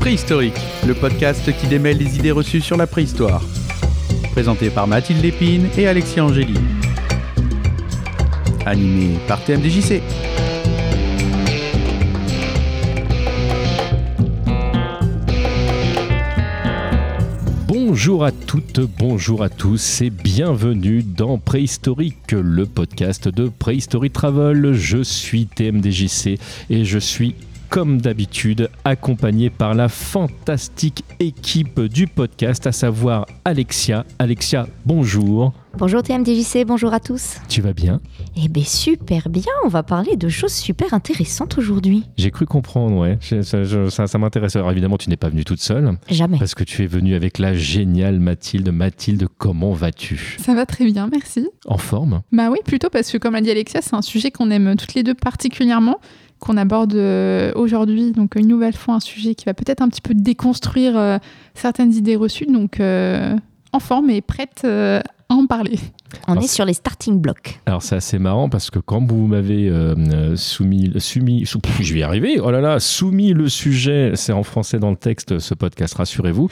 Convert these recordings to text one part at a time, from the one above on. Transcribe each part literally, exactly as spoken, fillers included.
Préhistorique, le podcast qui démêle les idées reçues sur la préhistoire. Présenté par Mathilde Lépine et Alexis Angéli. Animé par T M D J C. Bonjour à toutes, bonjour à tous et bienvenue dans Préhistorique, le podcast de Préhistorie Travel. Je suis T M D J C et je suis comme d'habitude accompagné par la fantastique équipe du podcast, à savoir Alexia. Alexia, bonjour. Bonjour T M D J C, bonjour à tous. Tu vas bien ? Eh bien super bien, on va parler de choses super intéressantes aujourd'hui. J'ai cru comprendre, ouais, ça, ça, ça m'intéresse. Alors évidemment, tu n'es pas venue toute seule. Jamais. Parce que tu es venue avec la géniale Mathilde. Mathilde, comment vas-tu ? Ça va très bien, merci. En forme ? Bah oui, plutôt parce que comme l'a dit Alexia, c'est un sujet qu'on aime toutes les deux particulièrement, qu'on aborde euh, aujourd'hui, donc une nouvelle fois un sujet qui va peut-être un petit peu déconstruire euh, certaines idées reçues, donc euh, en forme et prête euh, à en parler. On alors, est sur les starting blocks. Alors c'est assez marrant parce que quand vous m'avez euh, soumis, soumis, sou, pff, je vais y arriver, oh là là, soumis le sujet, c'est en français dans le texte, ce podcast, rassurez-vous,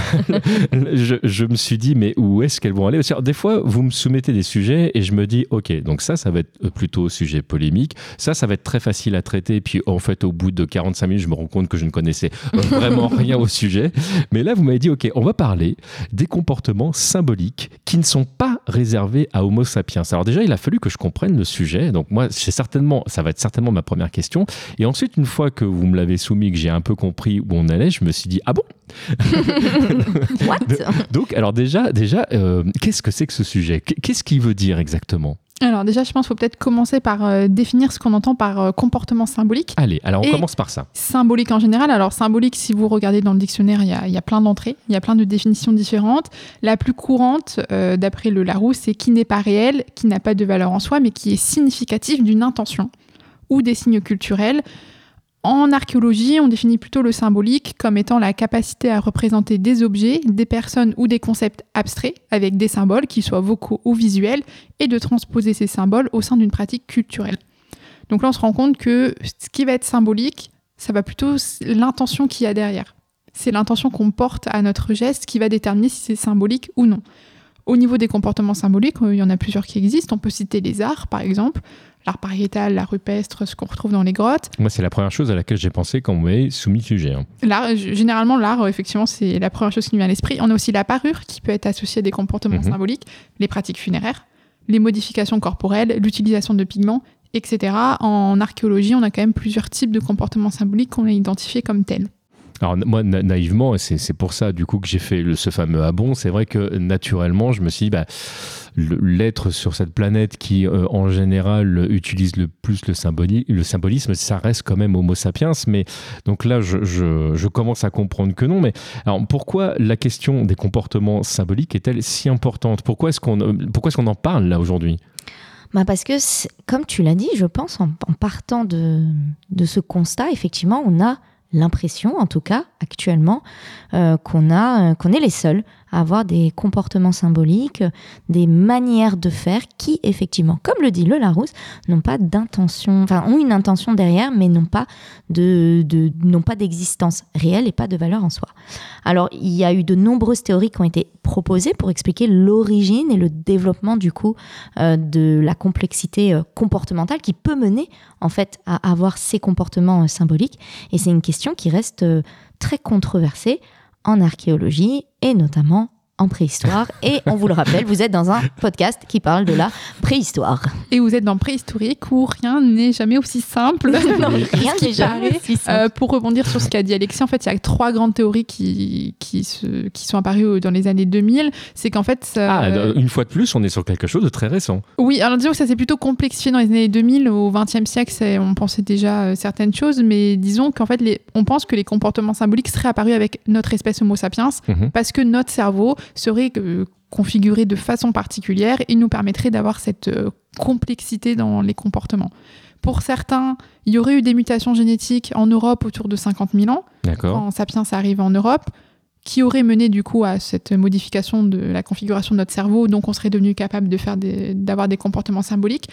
je, je me suis dit, mais où est-ce qu'elles vont aller ? Alors, des fois, vous me soumettez des sujets et je me dis, ok, donc ça, ça va être plutôt sujet polémique, ça, ça va être très facile à traiter, et puis en fait, au bout de quarante-cinq minutes, je me rends compte que je ne connaissais vraiment rien au sujet. Mais là, vous m'avez dit, ok, on va parler des comportements symboliques qui ne sont pas réservés à Homo sapiens. Alors déjà, il a fallu que je comprenne le sujet. Donc moi, c'est certainement, ça va être certainement ma première question. Et ensuite, une fois que vous me l'avez soumis, que j'ai un peu compris où on allait, je me suis dit, ah bon ? What ? Donc, alors déjà, déjà euh, qu'est-ce que c'est que ce sujet ? Qu'est-ce qu'il veut dire exactement ? Alors déjà, je pense qu'il faut peut-être commencer par euh, définir ce qu'on entend par euh, comportement symbolique. Allez, alors on Et commence par ça. Symbolique en général. Alors symbolique, si vous regardez dans le dictionnaire, il y a, il y a plein d'entrées, il y a plein de définitions différentes. La plus courante, euh, d'après le Larousse, c'est qui n'est pas réel, qui n'a pas de valeur en soi, mais qui est significatif d'une intention ou des signes culturels. En archéologie, on définit plutôt le symbolique comme étant la capacité à représenter des objets, des personnes ou des concepts abstraits avec des symboles, qu'ils soient vocaux ou visuels, et de transposer ces symboles au sein d'une pratique culturelle. Donc là, on se rend compte que ce qui va être symbolique, ça va plutôt l'intention qu'il y a derrière. C'est l'intention qu'on porte à notre geste qui va déterminer si c'est symbolique ou non. Au niveau des comportements symboliques, il y en a plusieurs qui existent. On peut citer les arts, par exemple. L'art pariétal, l'art rupestre, ce qu'on retrouve dans les grottes. Moi, c'est la première chose à laquelle j'ai pensé quand vous m'avez soumis le sujet. Hein. L'art, généralement, l'art, effectivement, c'est la première chose qui nous vient à l'esprit. On a aussi la parure, qui peut être associée à des comportements mmh. symboliques, les pratiques funéraires, les modifications corporelles, l'utilisation de pigments, et cetera. En archéologie, on a quand même plusieurs types de comportements symboliques qu'on a identifiés comme tels. Alors moi, na- naïvement, et c'est, c'est pour ça du coup que j'ai fait le, ce fameux abon, c'est vrai que naturellement, je me suis dit, bah, le, l'être sur cette planète qui, euh, en général, utilise le plus le, symboli- le symbolisme, ça reste quand même Homo sapiens. Mais donc là, je, je, je commence à comprendre que non. Mais alors, pourquoi la question des comportements symboliques est-elle si importante ? Pourquoi est-ce qu'on, pourquoi est-ce qu'on en parle là aujourd'hui ? Bah parce que, comme tu l'as dit, je pense, en, en partant de, de ce constat, effectivement, on a l'impression, en tout cas actuellement, euh, qu'on a, euh, qu'on est les seuls à avoir des comportements symboliques, des manières de faire qui, effectivement, comme le dit le Larousse, n'ont pas d'intention, enfin ont une intention derrière, mais n'ont pas de, de, n'ont pas d'existence réelle et pas de valeur en soi. Alors, il y a eu de nombreuses théories qui ont été proposées pour expliquer l'origine et le développement du coup euh, de la complexité euh, comportementale qui peut mener en fait à avoir ces comportements euh, symboliques. Et c'est une question qui reste euh, très controversée en archéologie et notamment en préhistoire. Et on vous le rappelle, vous êtes dans un podcast qui parle de la préhistoire. Et vous êtes dans Préhistorique où rien n'est jamais aussi simple. Non, rien n'est jamais aussi simple. Euh, pour rebondir sur ce qu'a dit Alexis, en fait, il y a trois grandes théories qui, qui, se, qui sont apparues dans les années deux mille. C'est qu'en fait... Ah, euh, une fois de plus, on est sur quelque chose de très récent. Oui, alors disons que ça s'est plutôt complexifié dans les années deux mille. Au vingtième siècle, c'est, on pensait déjà euh, certaines choses, mais disons qu'en fait, les, on pense que les comportements symboliques seraient apparus avec notre espèce Homo sapiens, mmh. parce que notre cerveau serait euh, configuré de façon particulière et nous permettrait d'avoir cette euh, complexité dans les comportements. Pour certains, il y aurait eu des mutations génétiques en Europe autour de cinquante mille ans, D'accord. quand Sapiens arrive en Europe, qui auraient mené du coup à cette modification de la configuration de notre cerveau, donc on serait devenu capable de faire des, d'avoir des comportements symboliques.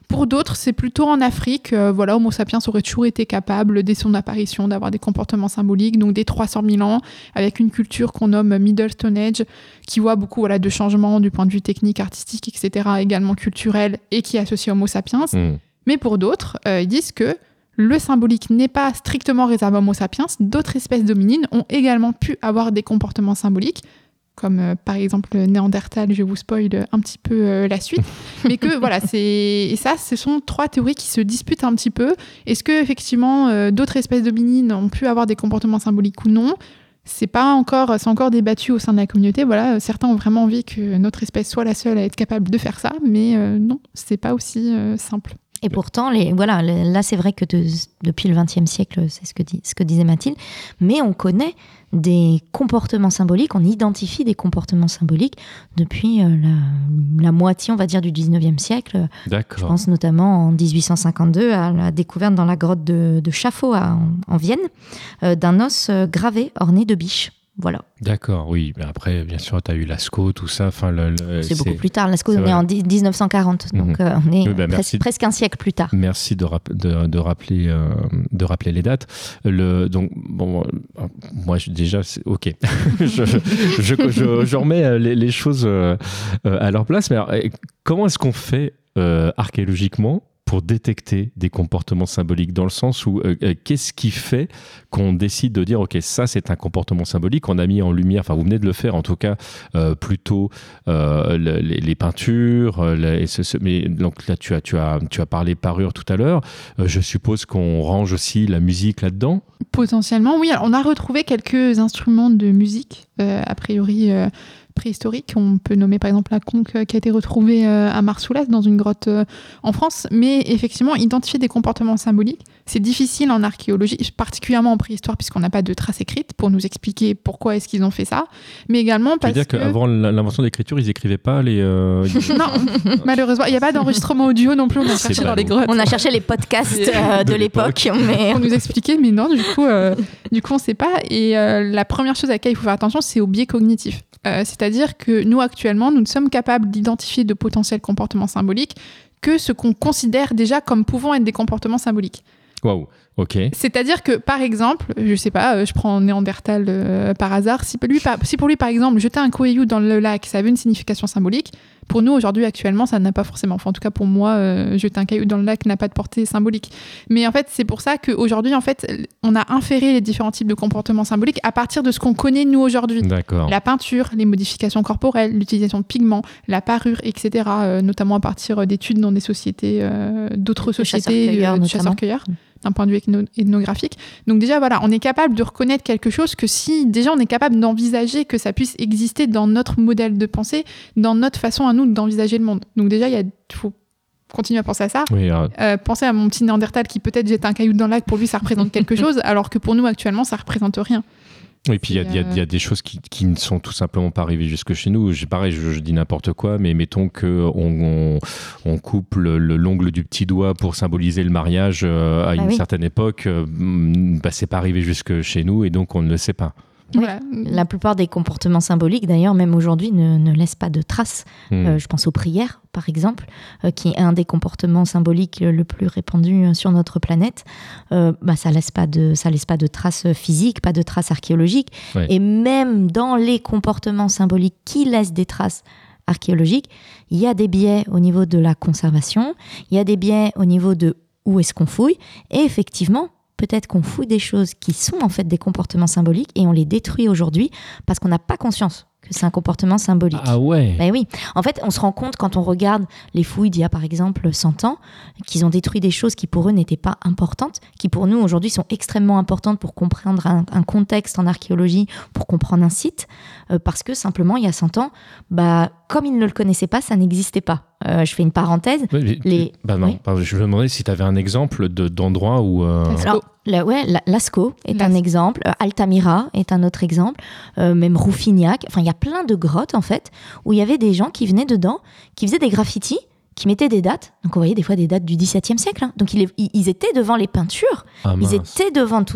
Pour d'autres, c'est plutôt en Afrique. Euh, voilà, Homo sapiens aurait toujours été capable, dès son apparition, d'avoir des comportements symboliques, donc dès trois cent mille ans, avec une culture qu'on nomme Middle Stone Age, qui voit beaucoup voilà, de changements du point de vue technique, artistique, et cetera, également culturel, et qui est associé à Homo sapiens. Mmh. Mais pour d'autres, euh, ils disent que le symbolique n'est pas strictement réservé à Homo sapiens. D'autres espèces d'hominines ont également pu avoir des comportements symboliques, comme euh, par exemple le Néandertal, je vous spoil un petit peu euh, la suite, mais que voilà, c'est et ça, ce sont trois théories qui se disputent un petit peu. Est-ce que effectivement euh, d'autres espèces d'hominines ont pu avoir des comportements symboliques ou non? C'est pas encore, c'est encore débattu au sein de la communauté. Voilà, certains ont vraiment envie que notre espèce soit la seule à être capable de faire ça, mais euh, non, c'est pas aussi euh, simple. Et pourtant, les, voilà, là, c'est vrai que de, depuis le vingtième siècle, c'est ce que, dit, ce que disait Mathilde, mais on connaît des comportements symboliques, on identifie des comportements symboliques depuis euh, la, la moitié, on va dire, du dix-neuvième siècle. D'accord. Je pense notamment en dix-huit cent cinquante-deux à la découverte dans la grotte de, de Chaffaut à, en, en Vienne euh, d'un os euh, gravé orné de biches. Voilà. D'accord, oui. Mais après, bien sûr, tu as eu Lascaux, tout ça. Enfin, le, le, c'est, c'est beaucoup plus tard. Lascaux est né en dix-neuf cent quarante, donc mmh. euh, on est oui, bah, pres- presque un siècle plus tard. Merci de, rap- de, de, rappeler, euh, de rappeler les dates. Le, donc, bon, moi, je, déjà, c'est OK. je, je, je, je remets les, les choses euh, à leur place. Mais alors, comment est-ce qu'on fait euh, archéologiquement pour détecter des comportements symboliques, dans le sens où euh, qu'est-ce qui fait qu'on décide de dire ok, ça c'est un comportement symbolique, on a mis en lumière, enfin vous venez de le faire en tout cas, euh, plutôt euh, le, les, les peintures, les, et ce, ce, mais donc là tu as, tu as, tu as parlé parure tout à l'heure, euh, je suppose qu'on range aussi la musique là-dedans? Potentiellement, oui. Alors, on a retrouvé quelques instruments de musique, euh, a priori euh, préhistoriques. On peut nommer par exemple la conque euh, qui a été retrouvée euh, à Marsoulas, dans une grotte euh, en France. Mais effectivement, identifier des comportements symboliques, c'est difficile en archéologie, particulièrement en préhistoire, puisqu'on n'a pas de traces écrites pour nous expliquer pourquoi est-ce qu'ils ont fait ça. Mais également parce que... Tu veux dire que... qu'avant l'invention de l'écriture, ils n'écrivaient pas les... Euh... Non, malheureusement. Il n'y a pas d'enregistrement audio non plus. On a cherché dans les grottes. On a cherché les podcasts euh, de, de l'époque. l'époque mais... Pour nous expliquer, mais non, du coup, euh, du coup on ne sait pas. Et euh, la première chose à laquelle il faut faire attention, c'est au biais cognitif. Euh, c'est-à-dire que nous, actuellement, nous ne sommes capables d'identifier de potentiels comportements symboliques que ce qu'on considère déjà comme pouvant être des comportements symboliques. Waouh, ok. C'est-à-dire que, par exemple, je sais pas, je prends Néandertal euh, par hasard, si pour, lui, par, si pour lui, par exemple, jeter un caillou dans le lac, ça avait une signification symbolique, pour nous, aujourd'hui, actuellement, ça n'a pas forcément. Enfin, en tout cas, pour moi, euh, jeter un caillou dans le lac n'a pas de portée symbolique. Mais en fait, c'est pour ça qu'aujourd'hui, en fait, on a inféré les différents types de comportements symboliques à partir de ce qu'on connaît, nous, aujourd'hui. D'accord. La peinture, les modifications corporelles, l'utilisation de pigments, la parure, et cetera, euh, notamment à partir d'études dans des sociétés, euh, d'autres sociétés, chasseurs-cueilleurs, de chasseurs-cueilleurs. D'un point de vue ethno- ethnographique. Donc déjà, voilà, on est capable de reconnaître quelque chose que si déjà on est capable d'envisager que ça puisse exister dans notre modèle de pensée, dans notre façon à nous d'envisager le monde. Donc déjà, il faut continuer à penser à ça. Oui, euh... Euh, penser à mon petit Néandertal qui peut-être jette un caillou dans le lac, pour lui ça représente quelque chose, alors que pour nous actuellement ça représente rien. Oui, puis il y, euh... y, y a des choses qui, qui ne sont tout simplement pas arrivées jusque chez nous. J'ai, pareil, je, je dis n'importe quoi, mais mettons qu'on on, on coupe le, le, l'ongle du petit doigt pour symboliser le mariage euh, à ah, une oui. certaine époque. Euh, bah, c'est pas arrivé jusque chez nous et donc on ne le sait pas. Oui. Voilà. La plupart des comportements symboliques, d'ailleurs, même aujourd'hui, ne, ne laissent pas de traces. Mmh. Euh, je pense aux prières, par exemple, euh, qui est un des comportements symboliques le plus répandu sur notre planète. Euh, bah, ça laisse pas de, ça laisse pas de traces physiques, pas de traces archéologiques. Ouais. Et même dans les comportements symboliques qui laissent des traces archéologiques, il y a des biais au niveau de la conservation, il y a des biais au niveau de où est-ce qu'on fouille, et effectivement, peut-être qu'on fouille des choses qui sont en fait des comportements symboliques et on les détruit aujourd'hui parce qu'on n'a pas conscience que c'est un comportement symbolique. Ah ouais. Ben oui. En fait, on se rend compte quand on regarde les fouilles d'il y a par exemple cent ans, qu'ils ont détruit des choses qui pour eux n'étaient pas importantes, qui pour nous aujourd'hui sont extrêmement importantes pour comprendre un, un contexte en archéologie, pour comprendre un site, euh, parce que simplement il y a cent ans, bah, comme ils ne le connaissaient pas, ça n'existait pas. Euh, je fais une parenthèse. Oui, les... bah non, oui. Je me demandais si tu avais un exemple de, d'endroit où... Euh... Alors, la, ouais, la, Lascaux est Lascaux. un exemple, euh, Altamira est un autre exemple, euh, même Rouffignac. Enfin, il y a plein de grottes, en fait, où il y avait des gens qui venaient dedans, qui faisaient des graffitis, qui mettaient des dates. Donc, on voyait des fois des dates du dix-septième siècle. Hein. Donc, ils, ils étaient devant les peintures, ah, ils étaient devant tout ça.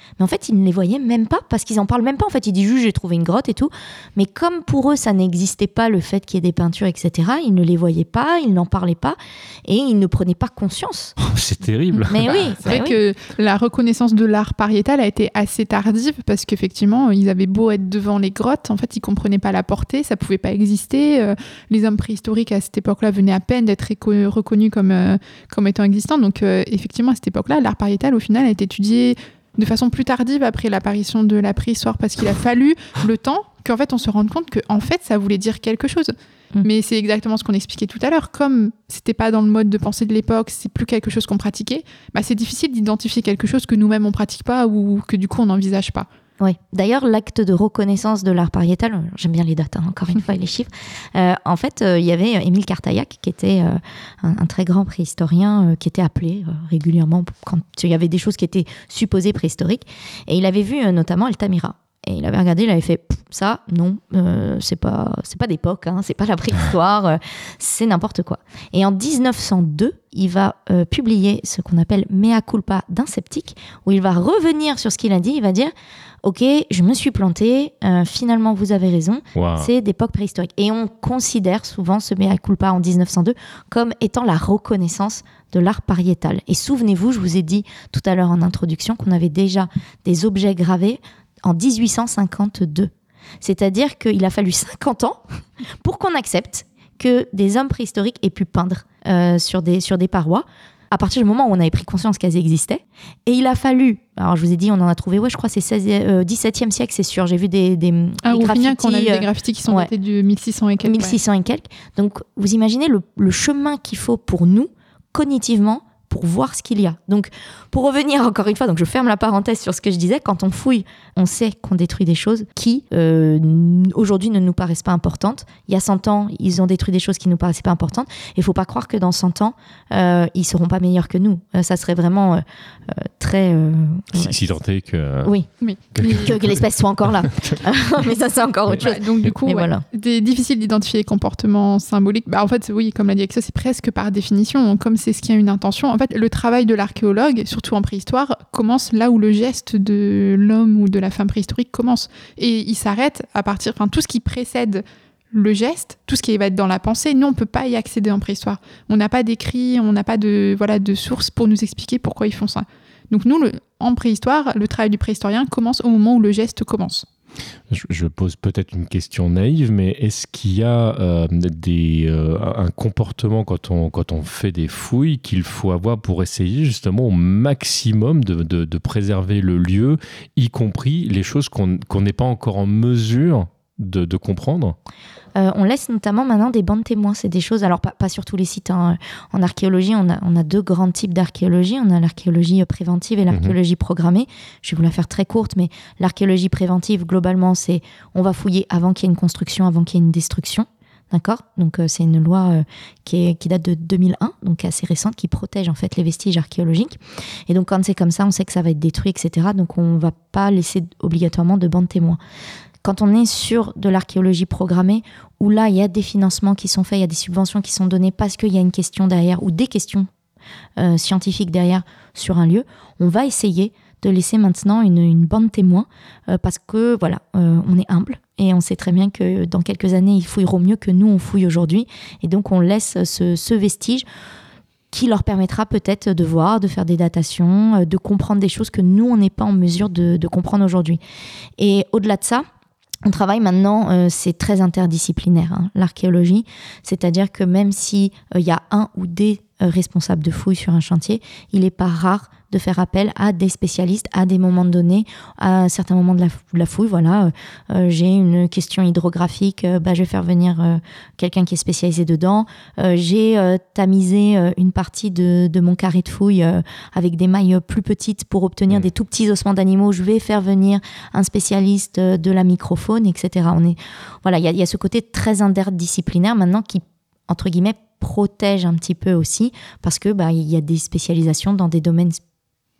Mais en fait, ils ne les voyaient même pas parce qu'ils en parlent même pas. En fait, ils disent juste j'ai trouvé une grotte et tout. Mais comme pour eux, ça n'existait pas le fait qu'il y ait des peintures, et cetera. Ils ne les voyaient pas, ils n'en parlaient pas et ils ne prenaient pas conscience. Oh, c'est terrible. Mais oui, c'est vrai oui. que la reconnaissance de l'art pariétal a été assez tardive parce qu'effectivement, ils avaient beau être devant les grottes, en fait, ils comprenaient pas la portée, ça pouvait pas exister. Euh, les hommes préhistoriques à cette époque-là venaient à peine d'être réco- reconnus comme euh, comme étant existants. Donc, euh, effectivement, à cette époque-là, l'art pariétal, au final, a été étudié de façon plus tardive après l'apparition de la préhistoire parce qu'il a fallu le temps qu'en fait, on se rende compte que en fait, ça voulait dire quelque chose. Mmh. Mais c'est exactement ce qu'on expliquait tout à l'heure. Comme c'était pas dans le mode de pensée de l'époque, c'est plus quelque chose qu'on pratiquait, bah, c'est difficile d'identifier quelque chose que nous-mêmes on pratique pas ou que du coup on n'envisage pas. Oui. D'ailleurs, l'acte de reconnaissance de l'art pariétal, j'aime bien les dates, hein, encore une fois, et les chiffres. Euh, en fait, euh, il y avait Émile Cartaillac, qui était euh, un, un très grand préhistorien, euh, qui était appelé euh, régulièrement quand il y avait des choses qui étaient supposées préhistoriques. Et il avait vu euh, notamment Altamira. Et il avait regardé, il avait fait ça, non, euh, c'est pas, c'est pas d'époque, hein, c'est pas la préhistoire, euh, c'est n'importe quoi. Et en dix-neuf cent deux, il va euh, publier ce qu'on appelle Mea culpa d'un sceptique, où il va revenir sur ce qu'il a dit, il va dire ok, je me suis planté, euh, finalement vous avez raison, wow. C'est d'époque préhistorique. Et on considère souvent ce Mea culpa en dix-neuf cent deux comme étant la reconnaissance de l'art pariétal. Et souvenez-vous, je vous ai dit tout à l'heure en introduction qu'on avait déjà des objets gravés en dix-huit cent cinquante-deux. C'est-à-dire qu'il a fallu cinquante ans pour qu'on accepte que des hommes préhistoriques aient pu peindre euh, sur, des, sur des parois, à partir du moment où on avait pris conscience qu'elles existaient. Et il a fallu, alors je vous ai dit, on en a trouvé, ouais, je crois que c'est seizième, euh, dix-septième siècle, c'est sûr, j'ai vu des, des, ah, des graffitis. qu'on a vu des graffitis qui sont ouais, datés de mille six cents et quelques. mille six cents ouais. et quelques. Donc, vous imaginez le, le chemin qu'il faut pour nous, cognitivement, pour voir ce qu'il y a. Donc, pour revenir encore une fois, donc je ferme la parenthèse sur ce que je disais, quand on fouille, on sait qu'on détruit des choses qui, euh, aujourd'hui, ne nous paraissent pas importantes. Il y a cent ans, ils ont détruit des choses qui ne nous paraissaient pas importantes. Et il ne faut pas croire que dans cent ans, euh, ils ne seront pas meilleurs que nous. Euh, ça serait vraiment euh, euh, très... Euh, si, euh, si tant est que... Oui, oui. que, que, que l'espèce soit encore là. Mais ça, c'est encore autre chose. Bah, donc, du coup, ouais, voilà. C'est difficile d'identifier les comportements symboliques. Bah, en fait, oui, comme l'a dit Axel, c'est presque par définition. Comme c'est ce qui a une intention. En fait, le travail de l'archéologue, surtout en préhistoire, commence là où le geste de l'homme ou de la femme préhistorique commence. Et il s'arrête à partir... Enfin, tout ce qui précède le geste, tout ce qui va être dans la pensée, nous, on ne peut pas y accéder en préhistoire. On n'a pas d'écrit, on n'a pas de, voilà, de source pour nous expliquer pourquoi ils font ça. Donc nous, le, en préhistoire, le travail du préhistorien commence au moment où le geste commence. Je, je pose peut-être une question naïve, mais est-ce qu'il y a euh, des, euh, un comportement quand on, quand on fait des fouilles qu'il faut avoir pour essayer justement au maximum de, de, de préserver le lieu, y compris les choses qu'on qu'on n'est pas encore en mesure de, de comprendre ? Euh, on laisse notamment maintenant des bancs de témoins. C'est des choses, alors pas, pas sur tous les sites. Hein. En archéologie, on a, on a deux grands types d'archéologie. On a l'archéologie préventive et l'archéologie mmh. programmée. Je vais vous la faire très courte, mais l'archéologie préventive, globalement, c'est on va fouiller avant qu'il y ait une construction, avant qu'il y ait une destruction. D'accord ? Donc, euh, c'est une loi euh, qui, est, qui date de deux mille un, donc assez récente, qui protège en fait les vestiges archéologiques. Et donc, quand c'est comme ça, on sait que ça va être détruit, et cetera. Donc, on ne va pas laisser obligatoirement de bancs de témoins. Quand on est sur de l'archéologie programmée, où là, il y a des financements qui sont faits, il y a des subventions qui sont données parce qu'il y a une question derrière, ou des questions euh, scientifiques derrière sur un lieu, on va essayer de laisser maintenant une, une bande témoin euh, parce que, voilà, euh, on est humble et on sait très bien que dans quelques années, ils fouilleront mieux que nous, on fouille aujourd'hui. Et donc, on laisse ce, ce vestige qui leur permettra peut-être de voir, de faire des datations, de comprendre des choses que nous, on n'est pas en mesure de, de comprendre aujourd'hui. Et au-delà de ça, on travaille maintenant, euh, c'est très interdisciplinaire, hein, l'archéologie. C'est-à-dire que même s'il euh, y a un ou des euh, responsables de fouilles sur un chantier, il n'est pas rare de faire appel à des spécialistes à des moments donnés, à certains moments de la, de la fouille. Voilà, euh, euh, j'ai une question hydrographique, euh, bah, je vais faire venir euh, quelqu'un qui est spécialisé dedans. Euh, j'ai euh, tamisé euh, une partie de, de mon carré de fouille euh, avec des mailles plus petites pour obtenir mmh. des tout petits ossements d'animaux. Je vais faire venir un spécialiste euh, de la microfaune, et cetera. On est, voilà, il y, y a ce côté très interdisciplinaire maintenant qui, entre guillemets, protège un petit peu aussi parce que bah, y a des spécialisations dans des domaines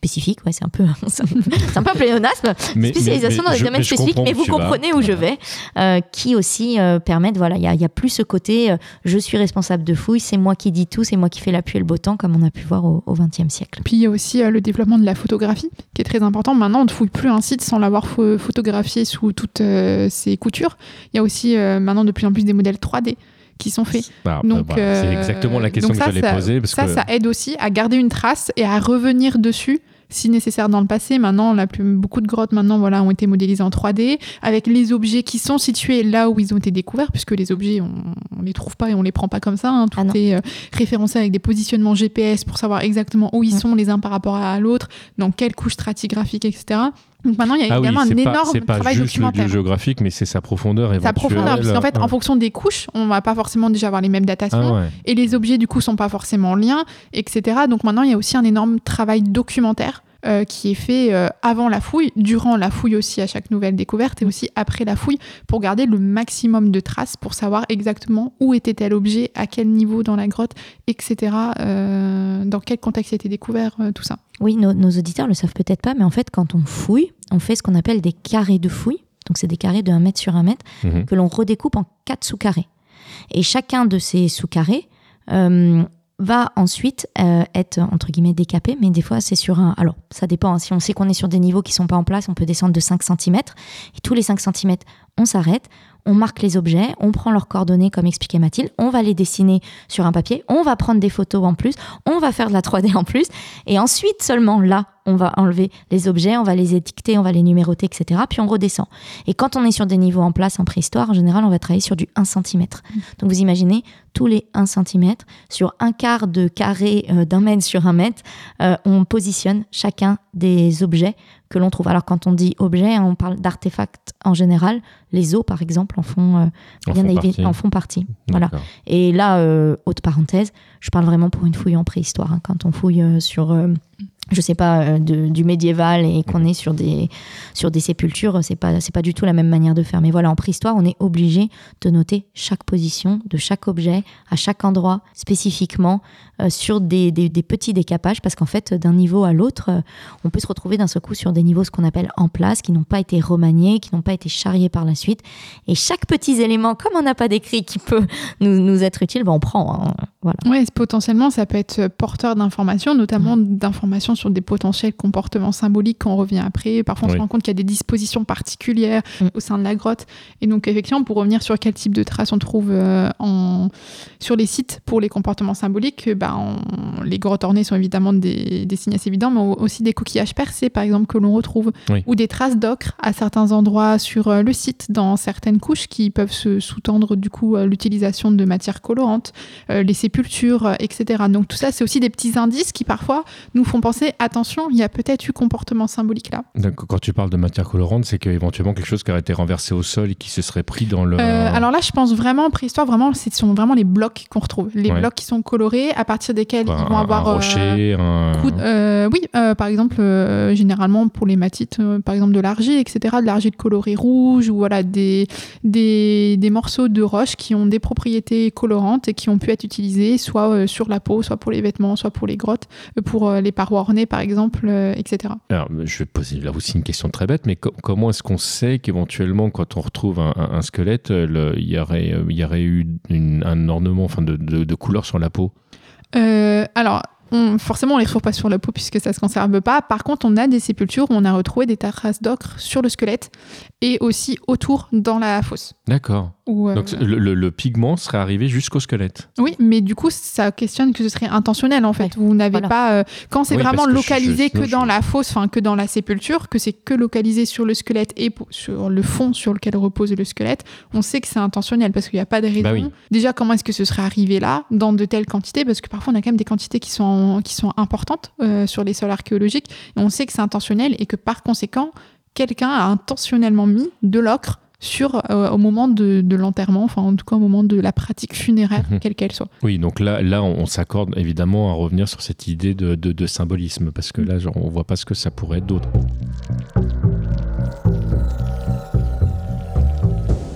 spécifique, ouais, c'est un peu, c'est un peu un pléonasme, Mais- spécialisation mais- dans mais des je- domaines mais je spécifiques, comprends mais où vous tu vas. comprenez où je vais, euh, qui aussi euh, permettent, voilà, il y a, il y a plus ce côté, euh, je suis responsable de fouilles, c'est moi qui dis tout, c'est moi qui fais la pluie et le beau temps, comme on a pu voir au vingtième siècle. Puis il y a aussi euh, le développement de la photographie qui est très important. Maintenant, on ne fouille plus un site sans l'avoir pho- photographié sous toutes euh, ses coutures. Il y a aussi euh, maintenant de plus en plus des modèles trois D qui sont faits. Bah, Donc, bah, voilà, c'est euh, exactement la question donc que ça, j'allais ça- poser. Parce Ça, que... ça aide aussi à garder une trace et à revenir dessus si nécessaire dans le passé. Maintenant, la plus, beaucoup de grottes maintenant, voilà, ont été modélisées en trois D avec les objets qui sont situés là où ils ont été découverts, puisque les objets, on ne les trouve pas et on les prend pas comme ça. Hein. Tout Ah non. est euh, référencé avec des positionnements G P S pour savoir exactement où ils Mm. sont les uns par rapport à l'autre, dans quelle couche stratigraphique, et cetera. Donc maintenant, il y a Ah oui, également c'est un pas, énorme c'est pas travail juste le documentaire. géographique, mais c'est sa profondeur éventuelle. Sa profondeur, parce qu'en fait, en Ouais. fonction des couches, on va pas forcément déjà avoir les mêmes datations. Ah ouais. Et les objets, du coup, sont pas forcément en lien, et cetera. Donc maintenant, il y a aussi un énorme travail documentaire euh, qui est fait euh, avant la fouille, durant la fouille aussi à chaque nouvelle découverte, et aussi après la fouille, pour garder le maximum de traces, pour savoir exactement où était tel objet, à quel niveau dans la grotte, et cetera. Euh, dans quel contexte il a été découvert, euh, tout ça. Oui, nos, nos auditeurs le savent peut-être pas, mais en fait, quand on fouille, on fait ce qu'on appelle des carrés de fouille. Donc, c'est des carrés de un mètre sur un mètre Mhm. que l'on redécoupe en quatre sous-carrés. Et chacun de ces sous-carrés euh, va ensuite euh, être, entre guillemets, décapé, mais des fois, c'est sur un... Alors, ça dépend. Hein. Si on sait qu'on est sur des niveaux qui sont pas en place, on peut descendre de cinq centimètres. Et tous les cinq centimètres, on s'arrête, on marque les objets, on prend leurs coordonnées, comme expliquait Mathilde, on va les dessiner sur un papier, on va prendre des photos en plus, on va faire de la trois D en plus, et ensuite seulement là, on va enlever les objets, on va les étiqueter, on va les numéroter, et cetera. Puis on redescend. Et quand on est sur des niveaux en place en préhistoire, en général, on va travailler sur du un centimètre. Donc vous imaginez, tous les un centimètre, sur un quart de carré euh, d'un mètre sur un mètre, euh, on positionne chacun des objets que l'on trouve. Alors quand on dit objet, hein, on parle d'artefacts en général. Les os, par exemple, en font, euh, En bien font évi- partie. en font partie. Voilà. D'accord. Et là, euh, haute parenthèse, je parle vraiment pour une fouille en préhistoire. Hein. Quand on fouille euh, sur, euh, je sais pas, euh, de- du médiéval et qu'on est sur des, sur des sépultures, c'est pas, c'est pas du tout la même manière de faire. Mais voilà, en préhistoire, on est obligé de noter chaque position de chaque objet, à chaque endroit, spécifiquement, euh, sur des, des, des petits décapages, parce qu'en fait, d'un niveau à l'autre, euh, on peut se retrouver d'un seul coup sur des niveaux, ce qu'on appelle en place, qui n'ont pas été remaniés, qui n'ont pas été charriés par la suite. Et chaque petit élément, comme on n'a pas d'écrit qui peut nous, nous être utile, ben on prend. Hein. Voilà. Oui, potentiellement, ça peut être porteur d'informations, notamment d'informations sur des potentiels comportements symboliques quand on revient après. Parfois, on Oui. se rend compte qu'il y a des dispositions particulières Mm. au sein de la grotte. Et donc, effectivement, pour revenir sur quel type de traces on trouve euh, en... sur les sites pour les comportements symboliques, euh, bah, on- les grottes ornées sont évidemment des, des signes assez évidents, mais aussi des coquillages percés, par exemple, que l'on retrouve, Oui. ou des traces d'ocre à certains endroits sur euh, le site, dans certaines couches qui peuvent se sous-tendre, du coup, à l'utilisation de matières colorantes, euh, les sépultures, euh, et cetera. Donc tout ça, c'est aussi des petits indices qui parfois nous font penser, attention, il y a peut-être eu comportement symbolique là. Donc, quand tu parles de matière colorante, c'est qu'éventuellement quelque chose qui aurait été renversé au sol et qui se serait pris dans le... Euh, alors là, je pense vraiment, en préhistoire, vraiment, ce sont vraiment les blocs qu'on retrouve. Les Ouais. blocs qui sont colorés, à partir desquels Quoi, ils vont un, avoir... un euh, rocher, un... coup de- euh, oui, euh, par exemple, euh, généralement pour les matites, euh, par exemple de l'argile, et cetera, de l'argile colorée rouge, ou voilà, des, des, des morceaux de roche qui ont des propriétés colorantes et qui ont pu être utilisés soit euh, sur la peau, soit pour les vêtements, soit pour les grottes, euh, pour euh, les parois ornées, par exemple, euh, et cetera. Alors, je vais poser là aussi une question très bête, mais co- comment est-ce qu'on sait qu'éventuellement, quand on retrouve un, un- un squelette, euh, le- il y aurait, euh, il y aurait eu une- un ornement, enfin, de, de, de couleur sur la peau? Euh, alors, on, forcément, on les retrouve pas sur la peau puisque ça se conserve pas. Par contre, on a des sépultures où on a retrouvé des traces d'ocre sur le squelette et aussi autour dans la fosse. D'accord. Où, euh, Donc, le, le- le pigment serait arrivé jusqu'au squelette. Oui, mais du coup, ça questionne que ce serait intentionnel en fait. Ouais, Vous n'avez voilà. pas euh, quand c'est Oui, vraiment parce que localisé je- je- que je- dans je- la fosse, enfin que dans la sépulture, que c'est que localisé sur le squelette et pour- sur le fond sur lequel repose le squelette, on sait que c'est intentionnel parce qu'il n'y a pas de raison. Bah oui. Déjà, comment est-ce que ce serait arrivé là dans de telles quantités? Parce que parfois, on a quand même des quantités qui sont qui sont importantes euh, sur les sols archéologiques. Et on sait que c'est intentionnel et que par conséquent, quelqu'un a intentionnellement mis de l'ocre sur euh, au moment de, de l'enterrement, enfin en tout cas au moment de la pratique funéraire, Mhm. quelle qu'elle soit. Oui, donc là, là on, on s'accorde évidemment à revenir sur cette idée de, de- de symbolisme, parce que là, genre, on voit pas ce que ça pourrait être d'autre.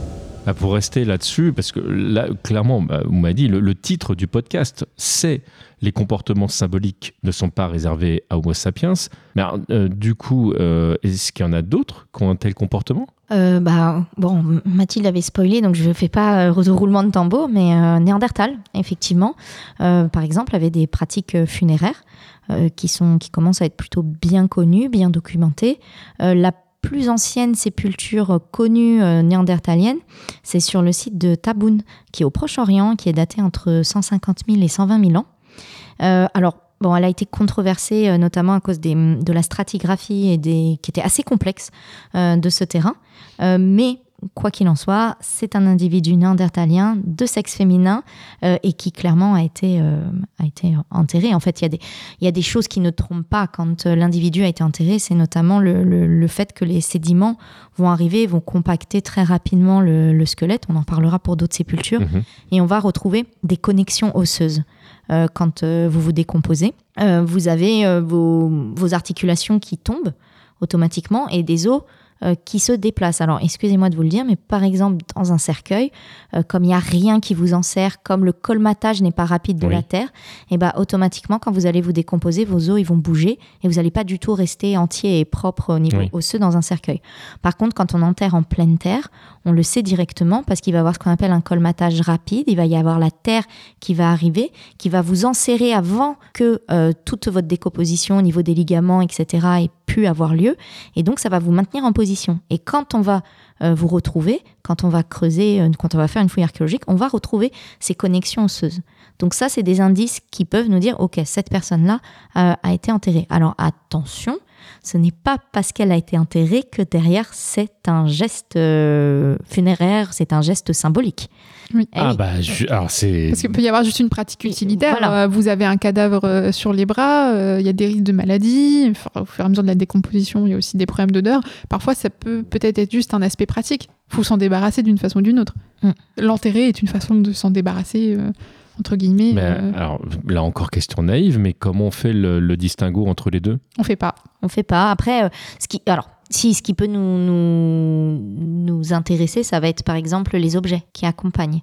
Bah, pour rester là-dessus, parce que là, clairement, bah, vous m'avez dit, le, le titre du podcast, c'est « Les comportements symboliques ne sont pas réservés à Homo sapiens ». Mais alors, euh, du coup, euh, est-ce qu'il y en a d'autres qui ont un tel comportement ? Euh, bah, bon, Mathilde avait spoilé, donc je ne fais pas euh, de roulement de tambour, mais euh, Néandertal, effectivement, euh, par exemple, avait des pratiques funéraires euh, qui, sont, qui commencent à être plutôt bien connues, bien documentées. Euh, la plus ancienne sépulture connue euh, néandertalienne, c'est sur le site de Taboun, qui est au Proche-Orient, qui est daté entre cent cinquante mille et cent vingt mille ans. Euh, alors, bon, elle a été controversée euh, notamment à cause des, de la stratigraphie et des, qui était assez complexe euh, de ce terrain. Euh, mais quoi qu'il en soit, c'est un individu néandertalien de sexe féminin euh, et qui clairement a été, euh, a été enterré. En fait, il y a des, il y a des choses qui ne trompent pas quand l'individu a été enterré. C'est notamment le, le, le fait que les sédiments vont arriver, vont compacter très rapidement le, le squelette. On en parlera pour d'autres sépultures. Mmh. Et on va retrouver des connexions osseuses. Euh, quand euh, vous vous décomposez, euh, vous avez euh, vos, vos articulations qui tombent automatiquement et des os Euh, qui se déplacent. Alors, excusez-moi de vous le dire, mais par exemple, dans un cercueil, euh, comme il n'y a rien qui vous enserre, comme le colmatage n'est pas rapide de oui. la terre, et ben, automatiquement, quand vous allez vous décomposer, vos os ils vont bouger et vous n'allez pas du tout rester entier et propre au niveau oui. osseux dans un cercueil. Par contre, quand on enterre en pleine terre, on le sait directement parce qu'il va y avoir ce qu'on appelle un colmatage rapide. Il va y avoir la terre qui va arriver, qui va vous enserrer avant que euh, toute votre décomposition au niveau des ligaments, et cetera ait pu avoir lieu. Et donc, ça va vous maintenir en position. Et quand on va euh, vous retrouver, quand on va creuser, euh, quand on va faire une fouille archéologique, on va retrouver ces connexions osseuses. Donc ça, c'est des indices qui peuvent nous dire, ok, cette personne-là euh, a été enterrée. Alors attention, ce n'est pas parce qu'elle a été enterrée que derrière, c'est un geste euh, funéraire, c'est un geste symbolique. Oui. Ah oui. bah, je, alors c'est... Parce qu'il peut y avoir juste une pratique utilitaire. Voilà. Euh, vous avez un cadavre euh, sur les bras, il euh, y a des risques de maladie. Enfin, au fur et à mesure de la décomposition, il y a aussi des problèmes d'odeur. Parfois, ça peut peut-être être juste un aspect pratique. Il faut s'en débarrasser d'une façon ou d'une autre. Mm. L'enterrer est une façon de s'en débarrasser... Euh, entre guillemets. Mais euh... alors là encore question naïve, mais comment on fait le, le distinguo entre les deux ? On fait pas. On fait pas. Après, euh, ce qui, alors si ce qui peut nous, nous nous intéresser, ça va être par exemple les objets qui accompagnent.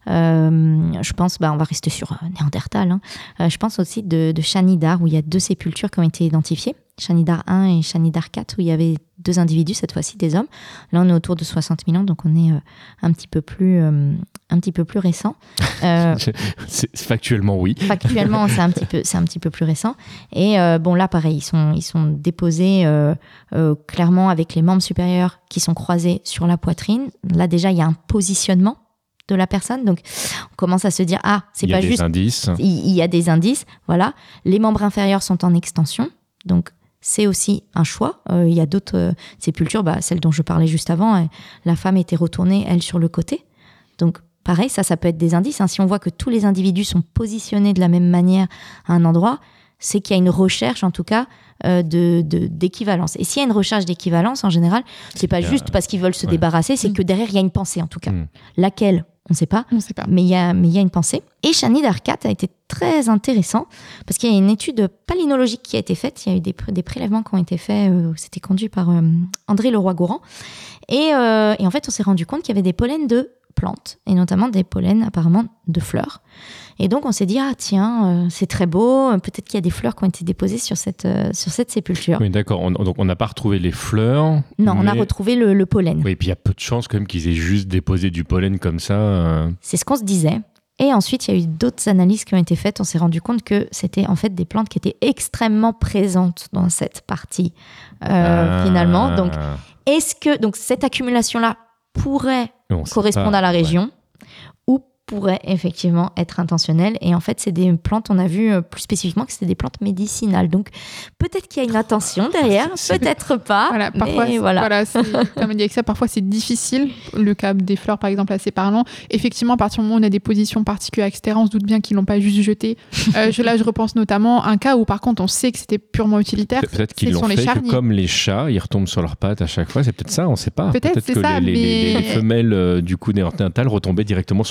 Euh, je pense, bah, on va rester sur euh, Néandertal. Hein. Euh, je pense aussi de, de Shanidar où il y a deux sépultures qui ont été identifiées, Shanidar un et Shanidar quatre, où il y avait deux individus, cette fois-ci des hommes. Là, on est autour de soixante mille ans, donc on est euh, un petit peu plus, euh, un petit peu plus récent. Euh, c'est, factuellement, oui. Factuellement, c'est un petit peu, c'est un petit peu plus récent. Et euh, bon, là, pareil, ils sont, ils sont déposés euh, euh, clairement avec les membres supérieurs qui sont croisés sur la poitrine. Là, déjà, il y a un positionnement de la personne, donc on commence à se dire ah c'est pas juste indices. Il, il y a des indices, voilà. Les membres inférieurs sont en extension, donc c'est aussi un choix. Euh, il y a d'autres euh, sépultures, bah, celle dont je parlais juste avant, euh, la femme était retournée elle sur le côté, donc pareil, ça ça peut être des indices, hein. Si on voit que tous les individus sont positionnés de la même manière à un endroit, c'est qu'il y a une recherche en tout cas euh, de, de, d'équivalence. Et s'il y a une recherche d'équivalence, en général, c'est pas juste euh, parce qu'ils veulent se ouais. débarrasser, c'est mmh. que derrière, il y a une pensée en tout cas. Mmh. Laquelle, on ne sait pas, on sait pas. Mais il y a, mais il y a une pensée. Et Shanidar quatre a été très intéressant parce qu'il y a une étude palynologique qui a été faite, il y a eu des, des prélèvements qui ont été faits, euh, c'était conduit par euh, André Leroy-Gourand. Et, euh, et en fait, on s'est rendu compte qu'il y avait des pollens de plantes, et notamment des pollens apparemment de fleurs. Et donc, on s'est dit, ah tiens, euh, c'est très beau, peut-être qu'il y a des fleurs qui ont été déposées sur cette, euh, sur cette sépulture. Oui, d'accord. On, donc, on n'a pas retrouvé les fleurs. Non, mais... on a retrouvé le, le pollen. Oui, et puis il y a peu de chances quand même qu'ils aient juste déposé du pollen comme ça. Euh... C'est ce qu'on se disait. Et ensuite, il y a eu d'autres analyses qui ont été faites. On s'est rendu compte que c'était en fait des plantes qui étaient extrêmement présentes dans cette partie, euh, ah. finalement. Donc, est-ce que donc, cette accumulation-là pourrait non, correspondre pas, à la région ouais. ou pourrait effectivement être intentionnelle. Et en fait, c'est des plantes, on a vu euh, plus spécifiquement que c'était des plantes médicinales. Donc, peut-être qu'il y a une intention derrière, c'est, peut-être pas. Voilà, parfois, mais c'est, voilà. voilà c'est, comme on dit avec ça, parfois c'est difficile. Le cas des fleurs, par exemple, assez parlant. Effectivement, à partir du moment où on a des positions particulières, et cetera, on se doute bien qu'ils l'ont pas juste jeté. Euh, je, là, je repense notamment à un cas où, par contre, on sait que c'était purement utilitaire. Peut-être qu'ils l'ont fait que comme les chats, ils retombent sur leurs pattes à chaque fois. C'est peut-être ça, on ne sait pas. Peut-être, peut-être c'est que ça, les, mais... les, les, les femelles euh, du coup néandertal retombaient directement sur, sur le côté. côté.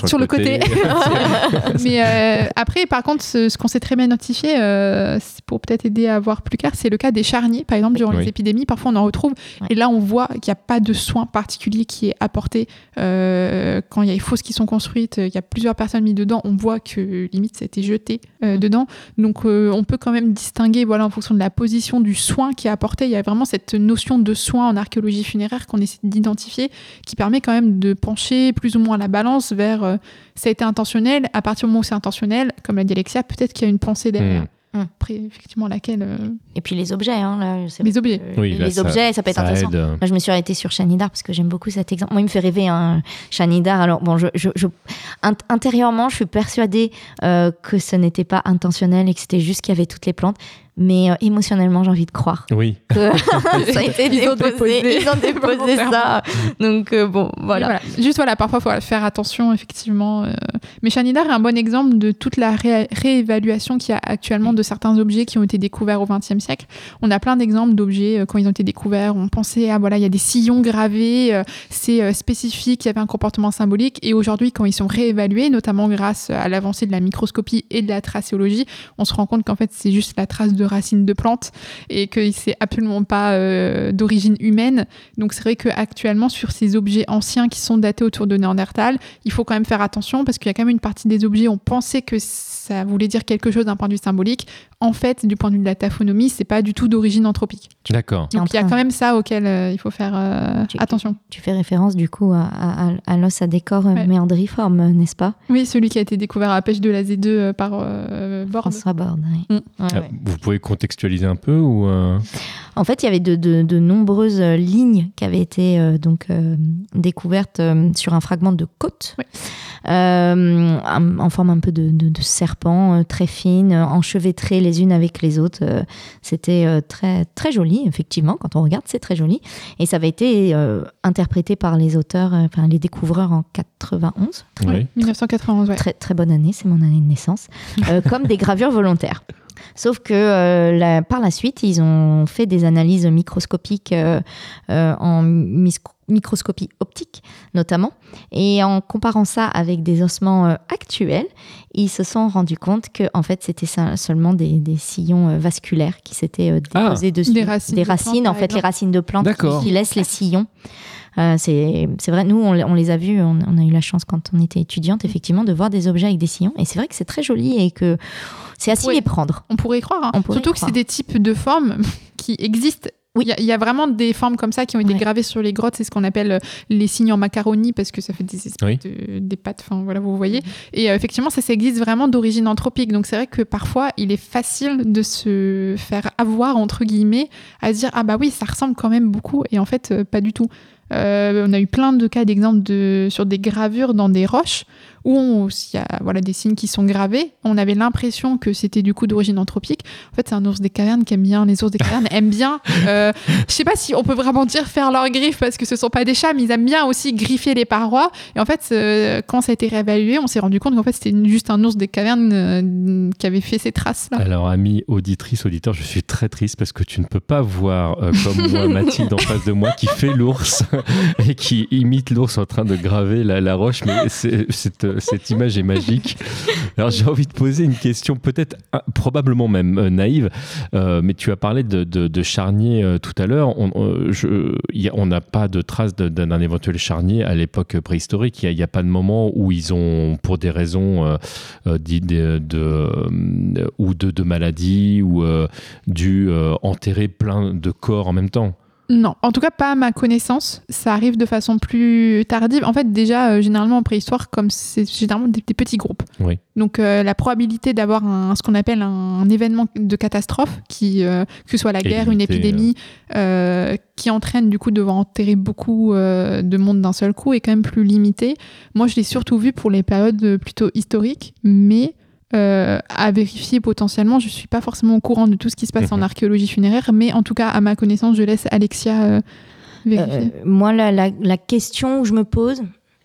Mais, mais euh, après, par contre, ce, ce qu'on s'est très bien identifié, euh, c'est pour peut-être aider à voir plus clair, c'est le cas des charniers, par exemple, durant oui. les épidémies. Parfois, on en retrouve. Ouais. Et là, on voit qu'il n'y a pas de soin particulier qui est apporté. Euh, quand il y a les fosses qui sont construites, il y a plusieurs personnes mises dedans. On voit que, limite, ça a été jeté euh, dedans. Donc, euh, on peut quand même distinguer, voilà, en fonction de la position du soin qui est apporté. Il y a vraiment cette notion de soin en archéologie funéraire qu'on essaie d'identifier, qui permet quand même de pencher plus ou moins la balance vers euh, ça a été intentionnel. À partir du moment où c'est intentionnel, comme l'a dit Alexia, peut-être qu'il y a une pensée derrière. Mmh. Après, effectivement, laquelle euh... Et puis les objets, hein, là, c'est les objets. Euh, Oui, les là, ça- objets, ça peut être ça intéressant. aide. Moi, je me suis arrêtée sur Shanidar parce que j'aime beaucoup cet exemple. Moi, il me fait rêver, hein, Shanidar. Alors, bon, je, je, je- int- intérieurement, je suis persuadée euh, que ce n'était pas intentionnel et que c'était juste qu'il y avait toutes les plantes. Mais euh, émotionnellement, j'ai envie de croire Oui. que ça a été Ils ont déposé. déposé. Ils ont déposé ça. Donc, euh, bon, voilà. Voilà. Juste, voilà, parfois, il faut faire attention, effectivement. euh. Mais Shanidar est un bon exemple de toute la ré- réévaluation qu'il y a actuellement de certains objets qui ont été découverts au vingtième siècle. On a plein d'exemples d'objets, euh, quand ils ont été découverts, on pensait, ah voilà, il y a des sillons gravés, euh, c'est euh, spécifique, il y avait un comportement symbolique. Et aujourd'hui, quand ils sont réévalués, notamment grâce à l'avancée de la microscopie et de la tracéologie, on se rend compte qu'en fait, c'est juste la trace de racines de plantes et que c'est absolument pas euh, d'origine humaine. Donc c'est vrai qu'actuellement, sur ces objets anciens qui sont datés autour de Néandertal, il faut quand même faire attention parce qu'il y a quand même une partie des objets, on pensait que ça voulait dire quelque chose d'un point de vue symbolique. En fait, du point de vue de la taphonomie, c'est pas du tout d'origine anthropique. D'accord. T'es en Donc il y a train- quand même ça auquel euh, il faut faire euh, Tu- attention. Tu fais référence, du coup, à, à, à l'os à décor euh, Ouais. méandriforme, euh, n'est-ce pas? Oui, celui qui a été découvert à la pêche de la Z deux euh, par euh, Borde. François Borde, oui. Mm. Ouais, Ah, ouais. Vous pouvez contextualiser un peu ou euh, En fait, il y avait de, de- de nombreuses euh, lignes qui avaient été euh, donc euh, découvertes euh, sur un fragment de côte, Oui. euh, en, en forme un peu de, de- de serpent, euh, très fine, euh, enchevêtrées les unes avec les autres. Euh, c'était euh, très très joli, effectivement. Quand on regarde, c'est très joli. Et ça avait été euh, interprété par les auteurs, euh, enfin les découvreurs en quatre-vingt-onze. oui. dix-neuf cent quatre-vingt-onze, ouais. Très, très bonne année, c'est mon année de naissance, euh, comme des gravures volontaires. Sauf que euh, la- par la suite, ils ont fait des analyses microscopiques euh, euh, en mis- microscopie optique notamment. Et en comparant ça avec des ossements euh, actuels, ils se sont rendus compte que en fait, c'était ça- seulement des, des sillons euh, vasculaires qui s'étaient euh, Ah, déposés dessus. des racines de plantes, en par fait, les exemple. racines de plantes D'accord. qui, qui laissent les sillons. Euh, c'est, c'est vrai, nous, on, on les a vus, on, on a eu la chance quand on était étudiante, effectivement, de voir des objets avec des sillons. Et c'est vrai que c'est très joli et que c'est à s'y Oui. méprendre. On pourrait y croire. hein. On pourrait Surtout y que croire. c'est des types de formes qui existent. Oui. Il y, a- il y a vraiment des formes comme ça qui ont été Ouais. gravées sur les grottes. C'est ce qu'on appelle euh, les signes en macaroni parce que ça fait des espèces Oui. de, des pattes. Enfin, voilà, vous voyez. Et euh, effectivement, ça, ça existe vraiment d'origine anthropique. Donc, c'est vrai que parfois, il est facile de se faire avoir, entre guillemets, à se dire ah bah oui, ça ressemble quand même beaucoup. Et en fait, euh, pas du tout. Euh, on a eu plein de cas d'exemples de, sur des gravures dans des roches où on- il y a voilà, des signes qui sont gravés. On avait l'impression que c'était du coup d'origine anthropique. En fait, c'est un ours des cavernes qui aime bien, les ours des cavernes aiment bien, euh, je sais pas si on peut vraiment dire faire leurs griffes parce que ce sont pas des chats, mais ils aiment bien aussi griffer les parois. Et en fait, euh, quand ça a été réévalué, on s'est rendu compte qu'en fait, c'était juste un ours des cavernes euh, qui avait fait ces traces-là. Alors, amis auditrices, auditeurs, je suis très triste parce que tu ne peux pas voir, euh, comme moi, Mathilde en face de moi, qui fait l'ours et qui imite l'ours en train de graver la, la roche. Mais c'est- cette, cette image est magique. Alors, j'ai envie de poser une question, peut-être, ah, probablement même euh, naïve, euh, mais tu as parlé de, de, de charnier euh, tout à l'heure. On euh, je- y a- on n'a pas de trace de- d'un d'un éventuel charnier à l'époque préhistorique. Il n'y a, a pas de moment où ils ont, pour des raisons euh, euh, d'i- de, de, euh, ou de, de maladie, ou euh, dû euh, enterrer plein de corps en même temps. Non, en tout cas pas à ma connaissance. Ça arrive de façon plus tardive. En fait, déjà, euh, généralement en préhistoire, comme c'est généralement des, des petits groupes. Oui. Donc euh, la probabilité d'avoir un, ce qu'on appelle un, un événement de catastrophe, qui, euh, que ce soit la Et guerre, une limité, épidémie, euh, qui entraîne du coup de devoir enterrer beaucoup euh, de monde d'un seul coup, est quand même plus limitée. Moi, je l'ai surtout vu pour les périodes plutôt historiques, mais Euh, à vérifier potentiellement. Je ne suis pas forcément au courant de tout ce qui se passe Mhm. en archéologie funéraire, mais en tout cas, à ma connaissance, je laisse Alexia euh, vérifier. Euh, moi, la, la, la question que je me pose,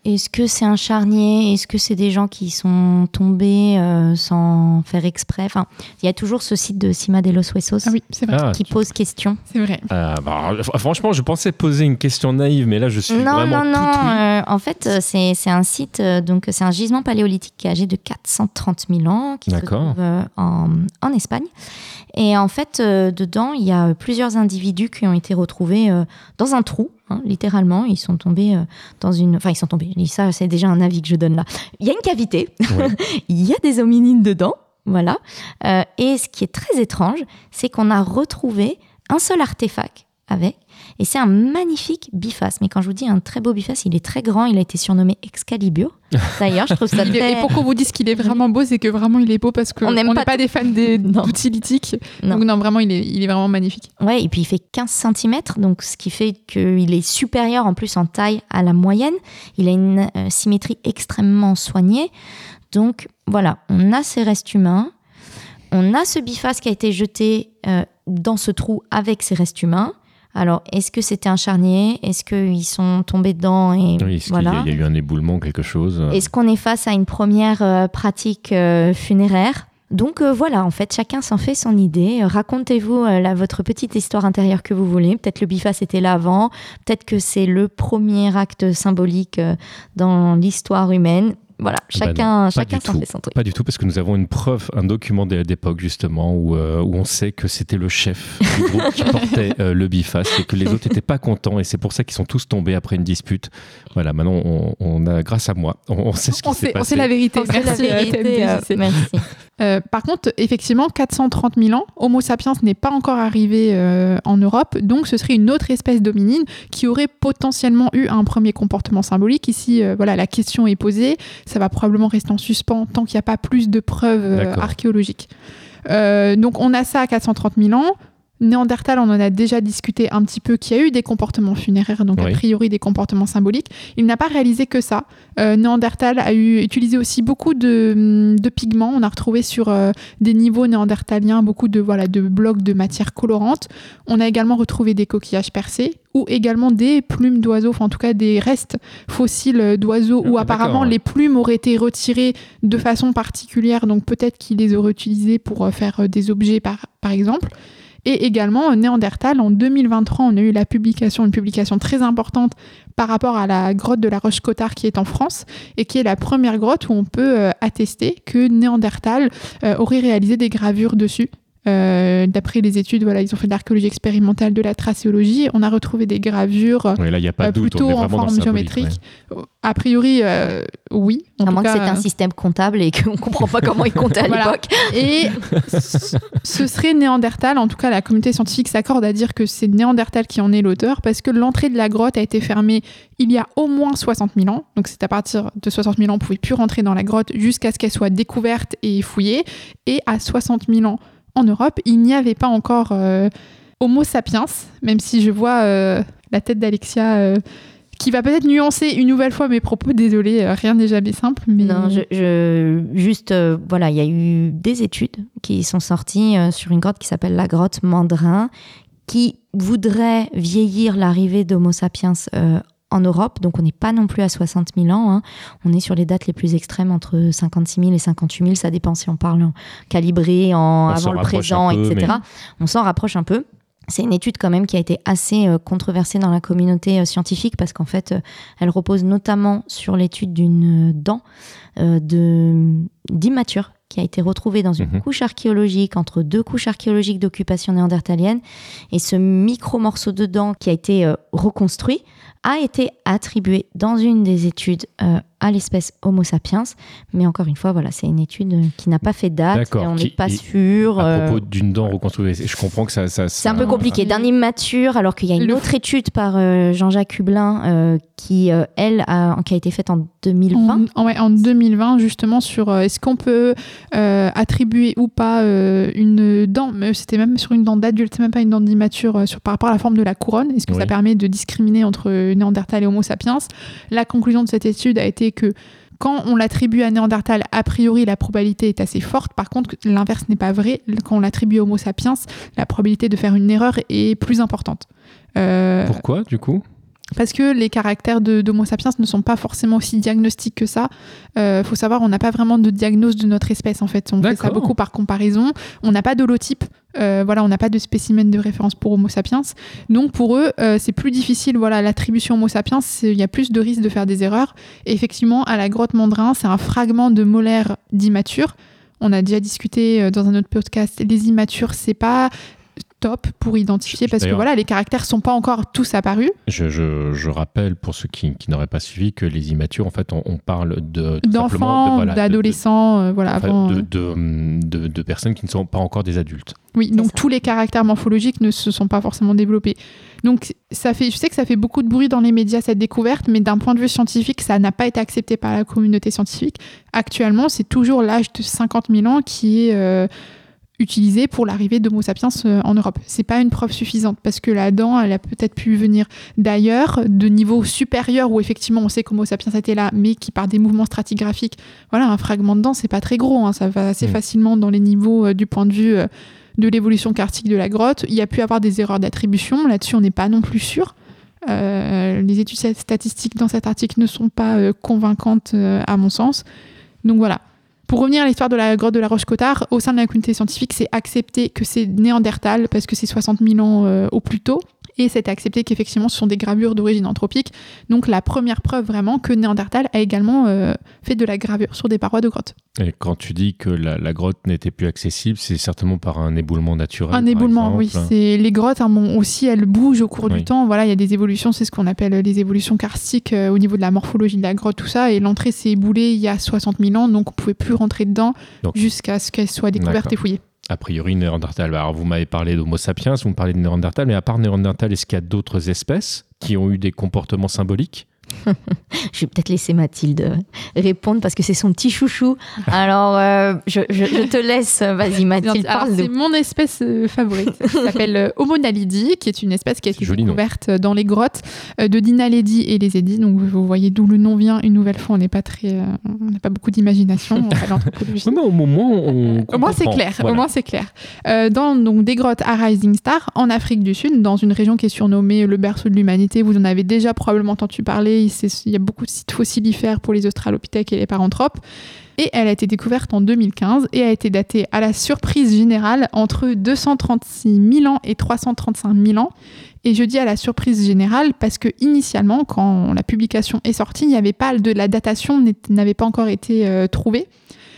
est-ce que c'est un charnier? Est-ce que c'est des gens qui sont tombés euh, sans faire exprès? Enfin, il y a toujours ce site de Cima de los Huesos Ah oui, c'est vrai. Ah, qui tu- pose question. C'est vrai. Ah, bah, franchement, je pensais poser une question naïve, mais là, je suis Non, vraiment non, non. tout oui. euh, en fait, euh, c'est, c'est un site, euh, donc c'est un gisement paléolithique qui est âgé de quatre cent trente mille ans, qui D'accord. se trouve euh, en, en Espagne. Et en fait, euh, dedans, il y a plusieurs individus qui ont été retrouvés euh, dans un trou, hein, littéralement. Ils sont tombés euh, dans une... Enfin, ils sont tombés. Je dis ça, c'est déjà un avis que je donne là. Il y a une cavité. Ouais. Il y a des hominines dedans. Voilà. Euh, et ce qui est très étrange, c'est qu'on a retrouvé un seul artefact avec. Et c'est un magnifique biface. Mais quand je vous dis un très beau biface, il est très grand. Il a été surnommé Excalibur. D'ailleurs, je trouve ça Il est- très... Et pour qu'on vous dise qu'il est vraiment beau, c'est que vraiment il est beau parce qu'on On n'aime n'est pas pas, des fans des, Non. d'outils lithiques. Non. Donc non, vraiment, il est, il est vraiment magnifique. Ouais, et puis il fait quinze centimètres, donc ce qui fait qu'il est supérieur en plus en taille à la moyenne. Il a une euh, symétrie extrêmement soignée. Donc voilà, on a ces restes humains. On a ce biface qui a été jeté euh, dans ce trou avec ces restes humains. Alors, est-ce que c'était un charnier? Est-ce qu'ils sont tombés dedans et Oui, est-ce voilà. qu'il y a, il y a eu un éboulement, quelque chose Est-ce qu'on est face à une première euh, pratique euh, funéraire? Donc euh, voilà, en fait, chacun s'en fait son idée. Euh, Racontez-vous euh, la- votre petite histoire intérieure que vous voulez. Peut-être le biface était là avant. Peut-être que c'est le premier acte symbolique euh, dans l'histoire humaine. Voilà, Ben chacun, non, pas chacun du s'en tout. fait son truc. Pas du tout, parce que nous avons une preuve, un document d'é- d'époque justement, où, euh, où on sait que c'était le chef du groupe qui portait euh, le biface et que les autres n'étaient pas contents, et c'est pour ça qu'ils sont tous tombés après une dispute. Voilà, maintenant on, on a, grâce à moi, on, on sait ce qui On s'est sait, on passé. sait la vérité. On sait la Merci, euh, vérité, T M D J euh, C. merci. Euh, par contre, effectivement, quatre cent trente mille ans, Homo sapiens n'est pas encore arrivé euh, en Europe, donc ce serait une autre espèce d'hominine qui aurait potentiellement eu un premier comportement symbolique. Ici, euh, voilà, la question est posée, ça va probablement rester en suspens tant qu'il n'y a pas plus de preuves euh, D'accord. archéologiques. Euh, donc on a ça à quatre cent trente mille ans. Néandertal, on en a déjà discuté un petit peu, qu'il y a eu des comportements funéraires, donc Oui. a priori des comportements symboliques. Il n'a pas réalisé que ça. Euh, Néandertal a eu, utilisé aussi beaucoup de, de pigments. On a retrouvé sur euh, des niveaux néandertaliens beaucoup de, voilà, de blocs de matière colorante. On a également retrouvé des coquillages percés ou également des plumes d'oiseaux, enfin en tout cas des restes fossiles d'oiseaux Ah, où apparemment d'accord, ouais. les plumes auraient été retirées de façon particulière, donc peut-être qu'il les aurait utilisées pour euh, faire euh, des objets par, par exemple. Et également, euh, Néandertal, en deux mille vingt-trois, on a eu la publication, une publication très importante par rapport à la grotte de la Roche-Cotard qui est en France et qui est la première grotte où on peut euh, attester que Néandertal euh, aurait réalisé des gravures dessus. Euh, d'après les études, voilà, ils ont fait de l'archéologie expérimentale, de la tracéologie. On a retrouvé des gravures Oui, là, il n'y a pas euh, de doute, plutôt on est en vraiment dans le forme symbolique, géométrique. ouais. A priori, euh, oui. En À tout moins que cas, c'est un euh, système comptable et qu'on ne comprend pas comment ils comptaient à Voilà. l'époque. Et ce- ce serait Néandertal, en tout cas la communauté scientifique s'accorde à dire que c'est Néandertal qui en est l'auteur, parce que l'entrée de la grotte a été fermée il y a au moins soixante mille ans, donc c'est à partir de soixante mille ans, on ne pouvait plus rentrer dans la grotte jusqu'à ce qu'elle soit découverte et fouillée, et à soixante mille ans en Europe, il n'y avait pas encore euh, Homo sapiens, même si je vois euh, la tête d'Alexia... euh, qui va peut-être nuancer une nouvelle fois mes propos, désolée, euh, rien n'est jamais simple. Mais... Non, je, je- juste, euh, voilà, il y a eu des études qui sont sorties euh, sur une grotte qui s'appelle la grotte Mandrin, qui voudrait vieillir l'arrivée d'Homo sapiens euh, en Europe. Donc, on n'est pas non plus à soixante mille ans. Hein. On est sur les dates les plus extrêmes, entre cinquante-six mille et cinquante-huit mille. Ça dépend si on parle en calibré, en On s'en avant le rapproche présent, un peu, et cetera. mais- On s'en rapproche un peu. C'est une étude quand même qui a été assez euh, controversée dans la communauté euh, scientifique parce qu'en fait, euh, elle repose notamment sur l'étude d'une euh, dent euh, de, d'immature qui a été retrouvée dans une Mhm. couche archéologique, entre deux couches archéologiques d'occupation néandertalienne. Et ce micro-morceau de dent qui a été euh, reconstruit a été attribué dans une des études euh, à l'espèce Homo sapiens. Mais encore une fois, voilà, c'est une étude euh, qui n'a pas fait date. D'accord, Et on n'est qui- pas et- sûr. À euh, propos d'une dent reconstruite, je comprends que ça... ça c'est un peu compliqué. D'un immature, alors qu'il y a une Le- autre étude par euh, Jean-Jacques Hublin euh, qui, euh, elle, a, qui a été faite en deux mille vingt. En, ouais, en deux mille vingt, justement, sur euh, est-ce qu'on peut euh, attribuer ou pas euh, une dent, mais c'était même sur une dent d'adulte, c'est même pas une dent d'immature, euh, sur, par rapport à la forme de la couronne. Est-ce que Oui. ça permet de discriminer entre Néandertal et Homo sapiens? La conclusion de cette étude a été que quand on l'attribue à Néandertal, a priori, la probabilité est assez forte. Par contre, l'inverse n'est pas vrai. Quand on l'attribue à Homo sapiens, la probabilité de faire une erreur est plus importante. Euh, Pourquoi, du coup? Parce que les caractères de, d'Homo sapiens ne sont pas forcément aussi diagnostiques que ça. Il euh, faut savoir, on n'a pas vraiment de diagnose de notre espèce, en fait. On D'accord. fait ça beaucoup par comparaison. On n'a pas d'holotype. Euh, voilà, on n'a pas de spécimen de référence pour Homo sapiens. Donc, pour eux, euh, c'est plus difficile. Voilà, l'attribution Homo sapiens, il y a plus de risques de faire des erreurs. Et effectivement, à la grotte Mandrin, c'est un fragment de molaire d'immature. On a déjà discuté dans un autre podcast. Les immatures, c'est pas top pour identifier, parce que voilà, les caractères sont pas encore tous apparus. Je, je, je rappelle pour ceux qui, qui n'auraient pas suivi que les immatures, en fait, on, on parle de d'enfants, de, voilà, d'adolescents, de, de, euh, voilà, enfin, avant, de, de, de, de personnes qui ne sont pas encore des adultes. Oui, donc tous les caractères morphologiques ne se sont pas forcément développés. Donc ça fait, je sais que ça fait beaucoup de bruit dans les médias cette découverte, mais d'un point de vue scientifique, ça n'a pas été accepté par la communauté scientifique. Actuellement, c'est toujours l'âge de cinquante mille ans qui est euh, utilisé pour l'arrivée d'Homo sapiens en Europe. C'est pas une preuve suffisante, parce que la dent, elle a peut-être pu venir d'ailleurs, de niveaux supérieurs où effectivement on sait qu'Homo sapiens était là, mais qui par des mouvements stratigraphiques, voilà, un fragment de dent, c'est pas très gros, hein, ça va assez mmh. facilement dans les niveaux euh, du point de vue euh, de l'évolution kartique de la grotte. Il y a pu avoir des erreurs d'attribution, là-dessus on n'est pas non plus sûr. Euh, les études statistiques dans cet article ne sont pas euh, convaincantes euh, à mon sens. Donc voilà. Pour revenir à l'histoire de la grotte de la Roche-Cotard, au sein de la communauté scientifique, c'est accepté que c'est Néandertal, parce que c'est soixante mille ans euh, au plus tôt, et c'est accepté qu'effectivement ce sont des gravures d'origine anthropique. Donc la première preuve vraiment que Néandertal a également euh, fait de la gravure sur des parois de grotte. Et quand tu dis que la, la grotte n'était plus accessible, c'est certainement par un éboulement naturel. Un éboulement, oui. C'est, les grottes, hein, bon, aussi, elles bougent au cours oui. du temps. Voilà, il y a des évolutions, c'est ce qu'on appelle les évolutions karstiques euh, au niveau de la morphologie de la grotte, tout ça. Et l'entrée s'est éboulée il y a soixante mille ans, donc on ne pouvait plus rentrer dedans donc, jusqu'à ce qu'elle soit découverte d'accord. et fouillée. A priori, Néandertal. Alors, vous m'avez parlé d'Homo sapiens, vous me parlez de Néandertal, mais à part Néandertal, est-ce qu'il y a d'autres espèces qui ont eu des comportements symboliques ? Je vais peut-être laisser Mathilde répondre parce que c'est son petit chouchou. Alors, euh, je, je, je te laisse. Vas-y, Mathilde, Alors, parle. C'est de... mon espèce favorite. Ça s'appelle Homo naledi, qui est une espèce qui a été découverte nom. dans les grottes de Dinaledi et les Édis. Donc, vous voyez d'où le nom vient. Une nouvelle fois, on n'est pas très, euh, on n'a pas beaucoup d'imagination. Oui, mais au moment, on au moins c'est clair. Voilà. Au moins c'est clair. Euh, dans donc des grottes à Rising Star en Afrique du Sud, dans une région qui est surnommée le berceau de l'humanité. Vous en avez déjà probablement entendu parler. Il y a beaucoup de sites fossilifères pour les australopithèques et les paranthropes. Et elle a été découverte en deux mille quinze et a été datée à la surprise générale entre deux cent trente-six mille ans et trois cent trente-cinq mille ans. Et je dis à la surprise générale parce que initialement, quand la publication est sortie, il n'y avait pas de la datation n'avait pas encore été euh, trouvée.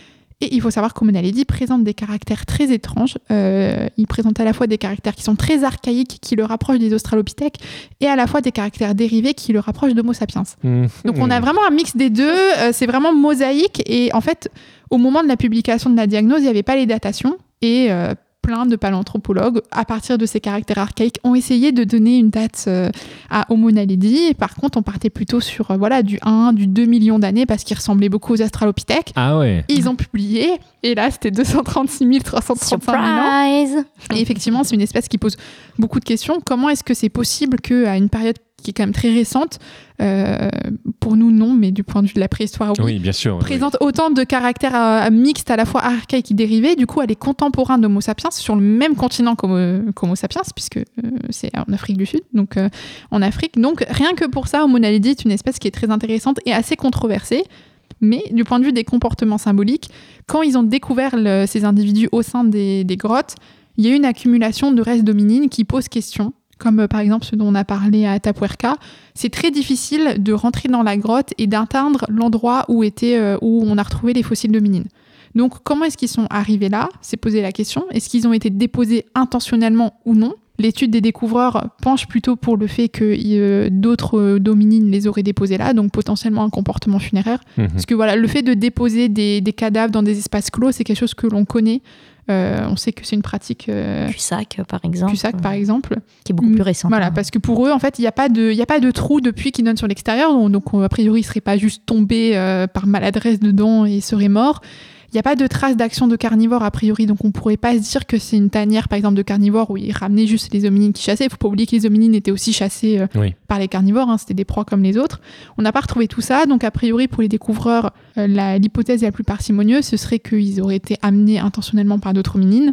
Et il faut savoir qu'Homo naledi présente des caractères très étranges. Euh, il présente à la fois des caractères qui sont très archaïques, qui le rapprochent des australopithèques, et à la fois des caractères dérivés qui le rapprochent d'Homo sapiens. Mmh. Donc on a vraiment un mix des deux, euh, c'est vraiment mosaïque. Et en fait, au moment de la publication de la diagnose, il n'y avait pas les datations. Et euh, plein de paléanthropologues, à partir de ces caractères archaïques, ont essayé de donner une date euh, à Homo naledi. Par contre, on partait plutôt sur euh, voilà, du un, du deux millions d'années, parce qu'il ressemblait beaucoup aux australopithèques. Ah ouais. Ils ont publié, et là, c'était deux cent trente-six mille trois cent trente-cinq ans. Et effectivement, c'est une espèce qui pose beaucoup de questions. Comment est-ce que c'est possible qu'à une période qui est quand même très récente, euh, pour nous non, mais du point de vue de la préhistoire, oui, oui bien sûr, présente oui. autant de caractères euh, mixtes, à la fois archaïques et dérivés. Du coup, elle est contemporaine d'Homo sapiens sur le même continent qu'Homo, qu'Homo sapiens, puisque euh, c'est en Afrique du Sud, donc euh, en Afrique. Donc rien que pour ça, Homo naledi est une espèce qui est très intéressante et assez controversée. Mais du point de vue des comportements symboliques, quand ils ont découvert le, ces individus au sein des, des grottes, il y a eu une accumulation de restes d'hominines qui pose question. Comme euh, par exemple ce dont on a parlé à Atapuerca, c'est très difficile de rentrer dans la grotte et d'atteindre l'endroit où, était, euh, où on a retrouvé les fossiles d'hominines. Donc comment est-ce qu'ils sont arrivés là ? C'est poser la question. Est-ce qu'ils ont été déposés intentionnellement ou non ? L'étude des découvreurs penche plutôt pour le fait que euh, d'autres euh, hominines les auraient déposés là, donc potentiellement un comportement funéraire. Mmh. Parce que voilà, le fait de déposer des, des cadavres dans des espaces clos, c'est quelque chose que l'on connaît. Euh, on sait que c'est une pratique... Euh, Cussac, par exemple. Cussac, par exemple. Qui est beaucoup plus récente. Voilà, hein. Parce que pour eux, en fait, il n'y a pas de, il n'y a pas de trou depuis qu'ils donnent sur l'extérieur. Donc, donc a priori, ils ne seraient pas juste tombés euh, par maladresse dedans et seraient morts. Il n'y a pas de traces d'action de carnivores, a priori. Donc, on ne pourrait pas se dire que c'est une tanière, par exemple, de carnivores où ils ramenaient juste les hominines qui chassaient. Il ne faut pas oublier que les hominines étaient aussi chassés euh, oui. par les carnivores. Hein, c'était des proies comme les autres. On n'a pas retrouvé tout ça. Donc, a priori, pour les découvreurs, euh, la, l'hypothèse la plus parcimonieuse, ce serait qu'ils auraient été amenés intentionnellement par d'autres hominines.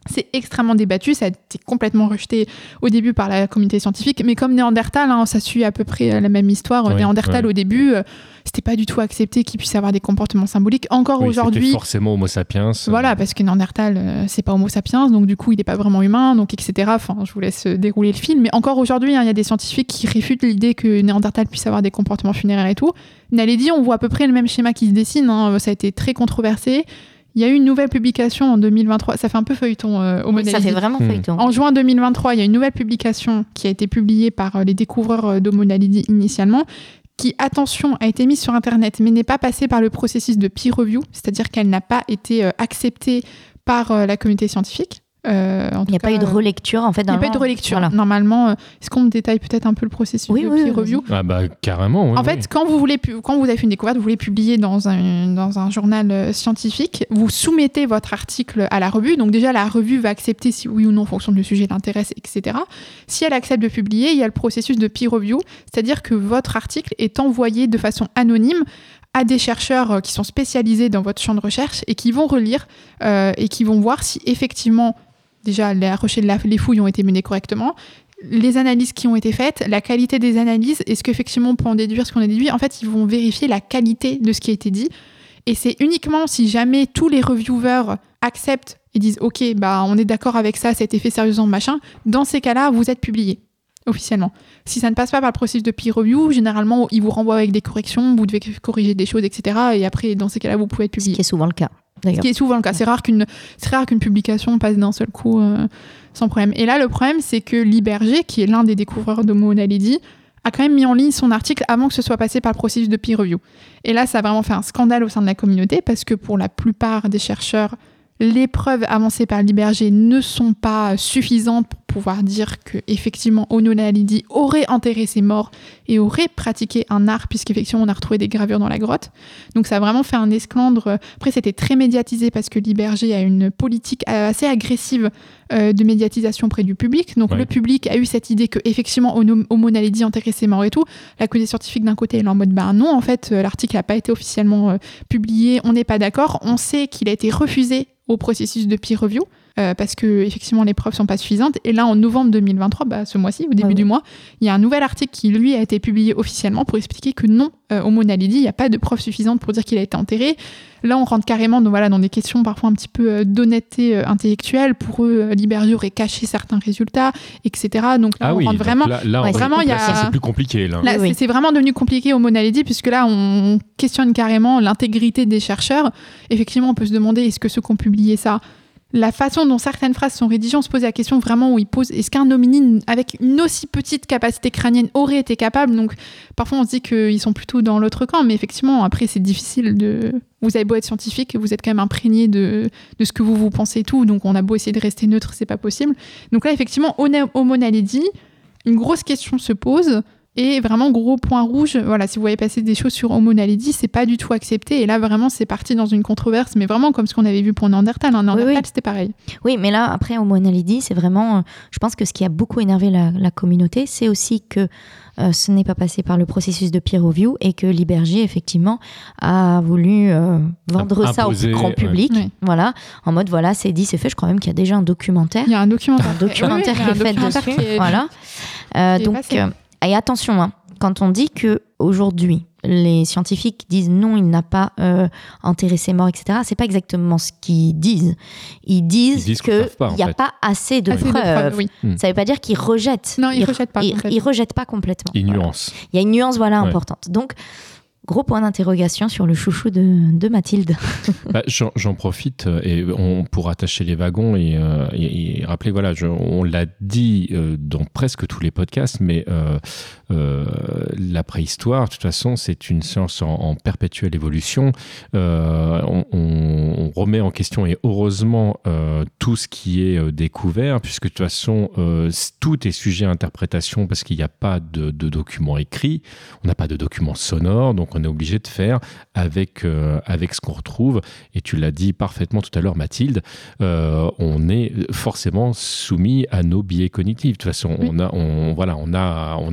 C'est extrêmement débattu, ça a été complètement rejeté au début par la communauté scientifique, mais comme Néandertal, hein, ça suit à peu près la même histoire. Oui, Néandertal, ouais. au début, euh, c'était pas du tout accepté qu'il puisse avoir des comportements symboliques. Encore Oui, aujourd'hui... c'était forcément Homo sapiens. Voilà, parce que Néandertal, euh, c'est pas Homo sapiens, donc du coup, il n'est pas vraiment humain, donc et cetera. Enfin, je vous laisse dérouler le film. Mais encore aujourd'hui, il hein, y a des scientifiques qui réfutent l'idée que Néandertal puisse avoir des comportements funéraires et tout. Naledi, on voit à peu près le même schéma qui se dessine. Hein, ça a été très controversé. Il y a eu une nouvelle publication en deux mille vingt-trois. Ça fait un peu feuilleton euh, au Oui, ça fait vraiment Hmm. feuilleton. En juin deux mille vingt-trois, il y a une nouvelle publication qui a été publiée par euh, les découvreurs euh, d'Homo naledi initialement, qui, attention, a été mise sur Internet, mais n'est pas passée par le processus de peer review, c'est-à-dire qu'elle n'a pas été euh, acceptée par euh, la communauté scientifique. Euh, en Il tout n'y a cas, pas eu de relecture, en fait. Il n'y a pas eu de normalement. relecture. Voilà. Normalement, euh, est-ce qu'on me détaille peut-être un peu le processus Oui, de oui, peer vas-y. review ? Ah bah carrément. Oui, En oui. fait, quand vous, voulez, pu- quand vous avez fait une découverte, vous voulez publier dans un, dans un journal euh, scientifique, vous soumettez votre article à la revue. Donc déjà, la revue va accepter si oui ou non, en fonction du sujet l'intéresse, et cetera. Si elle accepte de publier, il y a le processus de peer review, c'est-à-dire que votre article est envoyé de façon anonyme à des chercheurs euh, qui sont spécialisés dans votre champ de recherche et qui vont relire euh, et qui vont voir si effectivement, déjà, les, recherches- la- les fouilles ont été menées correctement, les analyses qui ont été faites, la qualité des analyses, est-ce qu'effectivement on peut en déduire ce qu'on a déduit. En fait, ils vont vérifier la qualité de ce qui a été dit. Et c'est uniquement si jamais tous les reviewers acceptent et disent « Ok, bah, on est d'accord avec ça, ça a été fait sérieusement, machin », dans ces cas-là, vous êtes publié officiellement. Si ça ne passe pas par le processus de peer review, généralement, ils vous renvoient avec des corrections, vous devez corriger des choses, et cetera. Et après, dans ces cas-là, vous pouvez être Ce publié. qui est souvent le cas, Ce d'ailleurs. qui est souvent le cas. C'est rare qu'une, c'est rare qu'une publication passe d'un seul coup euh, sans problème. Et là, le problème, c'est que Liberger, qui est l'un des découvreurs d'Homo naledi, a quand même mis en ligne son article avant que ce soit passé par le processus de peer review. Et là, ça a vraiment fait un scandale au sein de la communauté parce que pour la plupart des chercheurs, les preuves avancées par Liberger ne sont pas suffisantes pour pouvoir dire que effectivement Homo naledi aurait enterré ses morts et aurait pratiqué un art, puisqu'effectivement on a retrouvé des gravures dans la grotte. Donc ça a vraiment fait un esclandre. Après, c'était très médiatisé parce que Liberger a une politique assez agressive euh, de médiatisation auprès du public. Donc Ouais. le public a eu cette idée que effectivement Homo naledi enterrait ses morts et tout. La communauté scientifique d'un côté elle est en mode bah non, en fait euh, l'article n'a pas été officiellement euh, publié, on n'est pas d'accord. On sait qu'il a été refusé au processus de peer review euh, parce que effectivement les preuves sont pas suffisantes. Et là en novembre deux mille vingt-trois, bah, ce mois-ci, au début Ah oui. du mois, il y a un nouvel article qui lui a été publié officiellement pour expliquer que non, euh, Homo naledi, il n'y a pas de preuves suffisantes pour dire qu'il a été enterré. Là on rentre carrément dans, voilà, dans des questions parfois un petit peu euh, d'honnêteté euh, intellectuelle. Pour eux, euh, Liberger aurait caché certains résultats, et cetera. Donc là Ah on oui, rentre donc vraiment... là, là, Ouais, on- vraiment, il y a- là, ça, c'est plus compliqué. Là. Là, Oui, oui. c'est- c'est vraiment devenu compliqué Homo naledi, puisque là, on questionne carrément l'intégrité des chercheurs. Effectivement, on peut se demander, est-ce que ceux qui ont publié ça, la façon dont certaines phrases sont rédigées, on se pose la question vraiment où ils posent, est-ce qu'un hominine avec une aussi petite capacité crânienne aurait été capable? Donc, parfois, on se dit qu'ils sont plutôt dans l'autre camp, mais effectivement, après, c'est difficile de... Vous avez beau être scientifique, vous êtes quand même imprégné de, de ce que vous vous pensez et tout, donc on a beau essayer de rester neutre, c'est pas possible. Donc là, effectivement, Homo naledi, une grosse question se pose. Et vraiment, gros point rouge, voilà, si vous voyez passer des choses sur Homo naledi, c'est pas du tout accepté. Et là, vraiment, c'est parti dans une controverse, mais vraiment comme ce qu'on avait vu pour Néandertal. Hein. Néandertal, Oui, oui. c'était pareil. Oui, mais là, après, Homo naledi, c'est vraiment... euh, Je pense que ce qui a beaucoup énervé la, la communauté, c'est aussi que euh, ce n'est pas passé par le processus de peer review et que Liberger, effectivement, a voulu euh, vendre ça Imposer, au grand ouais. public. Ouais. Voilà, en mode, voilà, c'est dit, c'est fait. Je crois même qu'il y a déjà un documentaire. Il y a un documentaire, Un documentaire Oui, oui, il y a qui est un fait documentaire dessus. qui est- Voilà. Euh, qui est donc, passé. euh, et attention, hein, quand on dit que aujourd'hui les scientifiques disent non, il n'a pas euh, enterré ses morts, et cetera. C'est pas exactement ce qu'ils disent. Ils disent, Ils disent qu'ils que savent pas, en il n'y a fait. pas assez de Assez de preuves. preuves, oui. Ça veut pas dire qu'ils rejettent. Non, ils rejettent pas Ils, complètement. ils rejettent pas complètement. Il Voilà. nuance. Il y a une nuance, voilà, Ouais. importante. Donc, gros point d'interrogation sur le chouchou de, de Mathilde. Bah, j'en, j'en profite euh, et on pour attacher les wagons et, euh, et, et rappeler, voilà, je, on l'a dit euh, dans presque tous les podcasts, mais euh, euh, la préhistoire, de toute façon, c'est une science en, en perpétuelle évolution. Euh, on, on, on remet en question, et heureusement, euh, tout ce qui est euh, découvert, puisque de toute façon, euh, tout est sujet à interprétation parce qu'il n'y a pas de, de documents écrits, on n'a pas de documents sonores, donc on est obligé de faire avec, euh, avec ce qu'on retrouve. Et tu l'as dit parfaitement tout à l'heure, Mathilde, euh, on est forcément soumis à nos biais cognitifs. De toute façon, Oui. on, a, on, voilà, on, a, on a une vision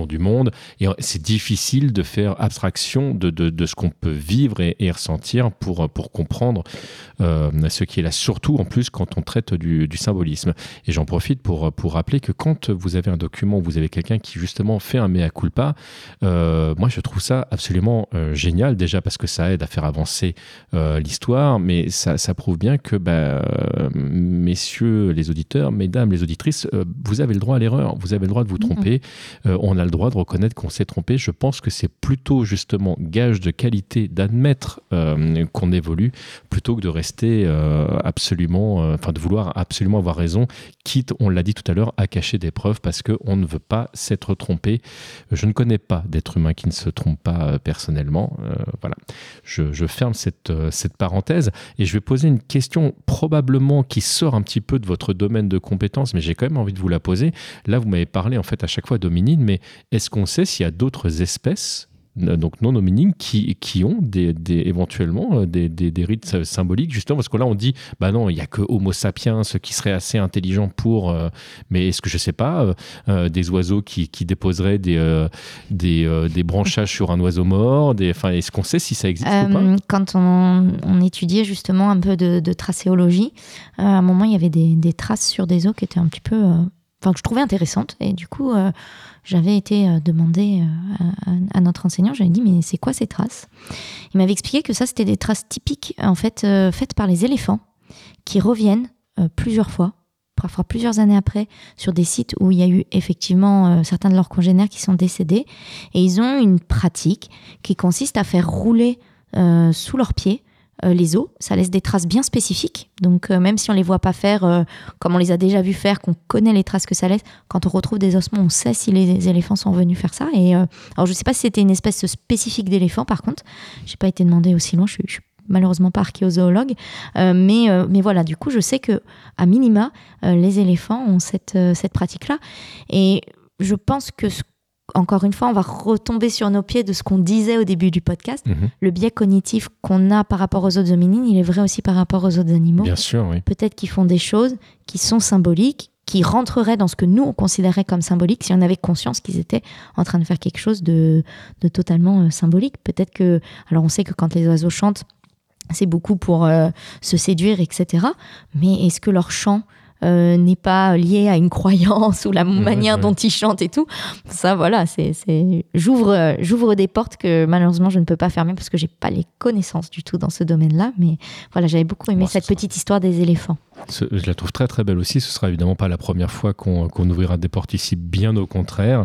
du monde. Et c'est difficile de faire abstraction de, de, de ce qu'on peut vivre et, et ressentir pour, pour comprendre euh, ce qui est là, surtout en plus quand on traite du, du symbolisme. Et j'en profite pour, pour rappeler que quand vous avez un document, vous avez quelqu'un qui justement fait un mea culpa, euh, moi je trouve ça absolument euh, génial, déjà parce que ça aide à faire avancer euh, l'histoire, mais ça, ça prouve bien que bah, euh, messieurs les auditeurs, mesdames les auditrices, euh, vous avez le droit à l'erreur, vous avez le droit de vous tromper, mmh. euh, on a le droit de reconnaître qu'on s'est trompé. Je pense que c'est plutôt justement gage de qualité d'admettre euh, qu'on évolue plutôt que de rester euh, absolument, enfin euh, de vouloir absolument avoir raison, quitte, on l'a dit tout à l'heure, à cacher des preuves parce qu'on ne veut pas s'être trompé. Je ne connais pas d'être humain qui ne se trompe pas euh, personnellement. Euh, voilà. Je, je ferme cette, euh, cette parenthèse et je vais poser une question probablement qui sort un petit peu de votre domaine de compétences, mais j'ai quand même envie de vous la poser. Là, vous m'avez parlé en fait à chaque fois d'hominines, mais est-ce qu'on sait s'il y a d'autres espèces donc non hominines qui, qui ont des, des, éventuellement des, des, des rites symboliques, justement, parce que là on dit bah non, il n'y a que Homo sapiens qui serait assez intelligent pour euh, mais est-ce que je sais pas euh, des oiseaux qui, qui déposeraient des, euh, des, euh, des branchages sur un oiseau mort, des, est-ce qu'on sait si ça existe euh, ou pas? Quand on, on étudiait justement un peu de, de tracéologie, euh, à un moment il y avait des, des traces sur des os qui étaient un petit peu euh, enfin que je trouvais intéressantes, et du coup euh, j'avais été euh, demander euh, à, à notre enseignant, j'avais dit mais c'est quoi ces traces? Il m'avait expliqué que ça c'était des traces typiques en fait euh, faites par les éléphants qui reviennent euh, plusieurs fois, parfois plusieurs années après, sur des sites où il y a eu effectivement euh, certains de leurs congénères qui sont décédés, et ils ont une pratique qui consiste à faire rouler euh, sous leurs pieds Euh, les os. Ça laisse des traces bien spécifiques, donc euh, même si on les voit pas faire euh, comme on les a déjà vus faire, qu'on connaît les traces que ça laisse, quand on retrouve des ossements on sait si les éléphants sont venus faire ça. Et euh, alors je sais pas si c'était une espèce spécifique d'éléphant, par contre j'ai pas été demandé aussi loin, je suis, je suis malheureusement pas archéozoologue, euh, mais, euh, mais voilà, du coup je sais que à minima euh, les éléphants ont cette, euh, cette pratique là, et je pense que ce encore une fois, on va retomber sur nos pieds de ce qu'on disait au début du podcast. Mmh. Le biais cognitif qu'on a par rapport aux autres hominines, il est vrai aussi par rapport aux autres animaux. Bien sûr, oui. Peut-être qu'ils font des choses qui sont symboliques, qui rentreraient dans ce que nous, on considérait comme symbolique, si on avait conscience qu'ils étaient en train de faire quelque chose de, de totalement euh, symbolique. Peut-être que... Alors, on sait que quand les oiseaux chantent, c'est beaucoup pour euh, se séduire, et cetera. Mais est-ce que leur chant Euh, n'est pas lié à une croyance ou la mmh, manière mmh. dont ils chantent et tout? Ça, voilà, c'est, c'est... J'ouvre, euh, j'ouvre des portes que malheureusement je ne peux pas fermer parce que j'ai pas les connaissances du tout dans ce domaine-là. Mais voilà, j'avais beaucoup aimé bon, cette petite sera... histoire des éléphants. Ce, je la trouve très très belle aussi. Ce sera évidemment pas la première fois qu'on, qu'on ouvrira des portes ici, bien au contraire.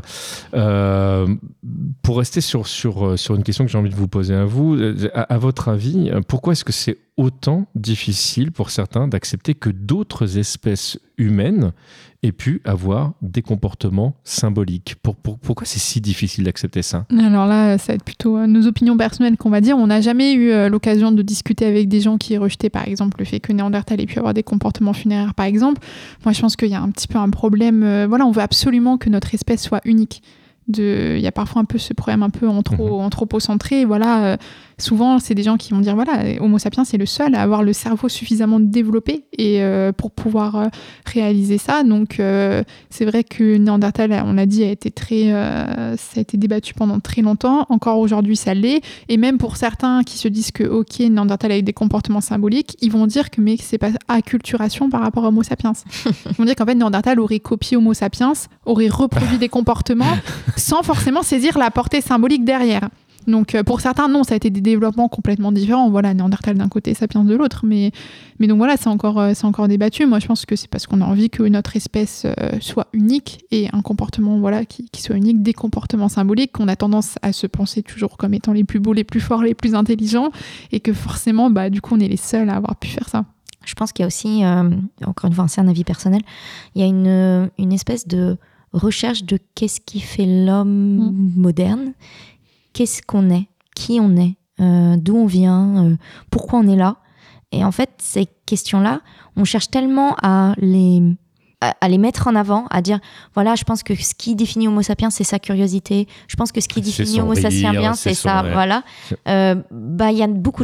Euh, pour rester sur, sur, sur une question que j'ai envie de vous poser à vous, à, à votre avis, pourquoi est-ce que c'est autant difficile pour certains d'accepter que d'autres espèces humaines aient pu avoir des comportements symboliques? Pour, pour, pourquoi c'est si difficile d'accepter ça? Alors là, ça va être plutôt euh, nos opinions personnelles qu'on va dire. On n'a jamais eu euh, l'occasion de discuter avec des gens qui rejetaient, par exemple, le fait que Néandertal ait pu avoir des comportements funéraires, par exemple. Moi, je pense qu'il y a un petit peu un problème. Euh, voilà, on veut absolument que notre espèce soit unique. De... Il y a parfois un peu ce problème un peu anthro... mmh. anthropocentré. Voilà, euh, souvent, c'est des gens qui vont dire voilà, Homo sapiens, c'est le seul à avoir le cerveau suffisamment développé et, euh, pour pouvoir euh, réaliser ça. Donc, euh, c'est vrai que Néandertal, on l'a dit, a été très, euh, ça a été débattu pendant très longtemps. Encore aujourd'hui, ça l'est. Et même pour certains qui se disent que, OK, Néandertal a eu des comportements symboliques, ils vont dire que mais c'est pas acculturation par rapport à Homo sapiens. Ils vont dire qu'en fait, Néandertal aurait copié Homo sapiens, aurait reproduit des comportements sans forcément saisir la portée symbolique derrière. Donc pour certains, non, ça a été des développements complètement différents. Voilà, Néandertal d'un côté, Sapiens de l'autre. Mais, mais donc voilà, c'est encore, c'est encore débattu. Moi, je pense que c'est parce qu'on a envie que notre espèce euh, soit unique et un comportement voilà, qui, qui soit unique, des comportements symboliques, qu'on a tendance à se penser toujours comme étant les plus beaux, les plus forts, les plus intelligents, et que forcément, bah, du coup, on est les seuls à avoir pu faire ça. Je pense qu'il y a aussi, euh, encore une fois, c'est un avis personnel, il y a une, une espèce de recherche de qu'est-ce qui fait l'homme mmh. moderne, qu'est-ce qu'on est, qui on est, euh, d'où on vient, euh, pourquoi on est là. Et en fait, ces questions-là, on cherche tellement à les, à, à les mettre en avant, à dire, voilà, je pense que ce qui définit Homo sapiens, c'est sa curiosité. Je pense que ce qui définit Homo sapiens, c'est, c'est ça. Ouais. Voilà. Euh, bah, il y a beaucoup de gens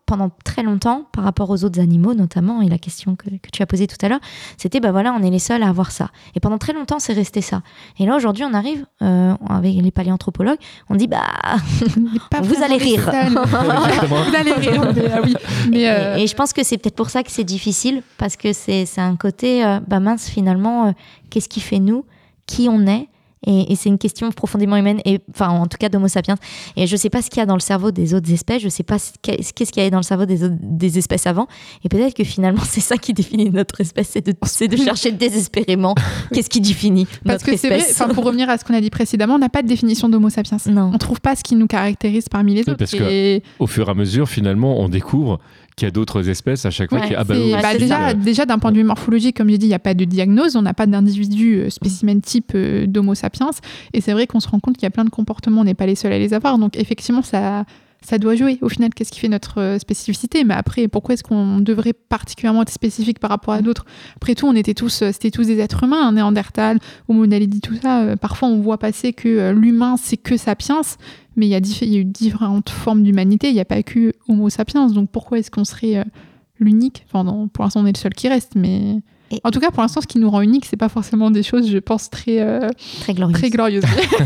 pendant très longtemps, par rapport aux autres animaux notamment, et la question que, que tu as posée tout à l'heure, c'était, bah voilà, on est les seuls à avoir ça. Et pendant très longtemps, c'est resté ça. Et là, aujourd'hui, on arrive, euh, avec les paléanthropologues, on dit, bah, vous allez rire. Vous allez rire. Mais, ah oui. Mais euh... et, et je pense que c'est peut-être pour ça que c'est difficile, parce que c'est, c'est un côté, euh, bah mince, finalement, euh, qu'est-ce qui fait nous, qui on est? Et, et c'est une question profondément humaine, et, enfin en tout cas d'Homo sapiens. Et je ne sais pas ce qu'il y a dans le cerveau des autres espèces, je ne sais pas ce qu'est-ce qu'il y a dans le cerveau des, autres, des espèces avant. Et peut-être que finalement c'est ça qui définit notre espèce, c'est de, c'est de chercher désespérément qu'est-ce qui définit Parce notre que c'est espèce. vrai, pour revenir à ce qu'on a dit précédemment, on n'a pas de définition d'Homo sapiens. Non. On ne trouve pas ce qui nous caractérise parmi les autres. Parce et... qu'au fur et à mesure, finalement, on découvre qu'il y a d'autres espèces à chaque fois. Ouais, qui... ah bah, c'est, oui, bah, c'est déjà, ça. déjà, d'un point de vue morphologique, comme j'ai dit, il n'y a pas de diagnose, on n'a pas d'individu euh, spécimen type euh, d'Homo sapiens. Et c'est vrai qu'on se rend compte qu'il y a plein de comportements, on n'est pas les seuls à les avoir. Donc effectivement, ça, ça doit jouer. Au final, qu'est-ce qui fait notre euh, spécificité? Mais après, pourquoi est-ce qu'on devrait particulièrement être spécifique par rapport à d'autres? Après tout, on était tous, euh, c'était tous des êtres humains, hein, Néandertal, Homo naledi, tout ça. Euh, parfois, on voit passer que euh, l'humain, c'est que sapiens. Mais il y, a diff- il y a eu différentes formes d'humanité, il n'y a pas que Homo sapiens. Donc pourquoi est-ce qu'on serait euh, l'unique? Enfin, non, pour l'instant, on est le seul qui reste, mais... Et... En tout cas, pour l'instant, ce qui nous rend unique, c'est pas forcément des choses, je pense, très, euh, très glorieuses. Très glorieuses.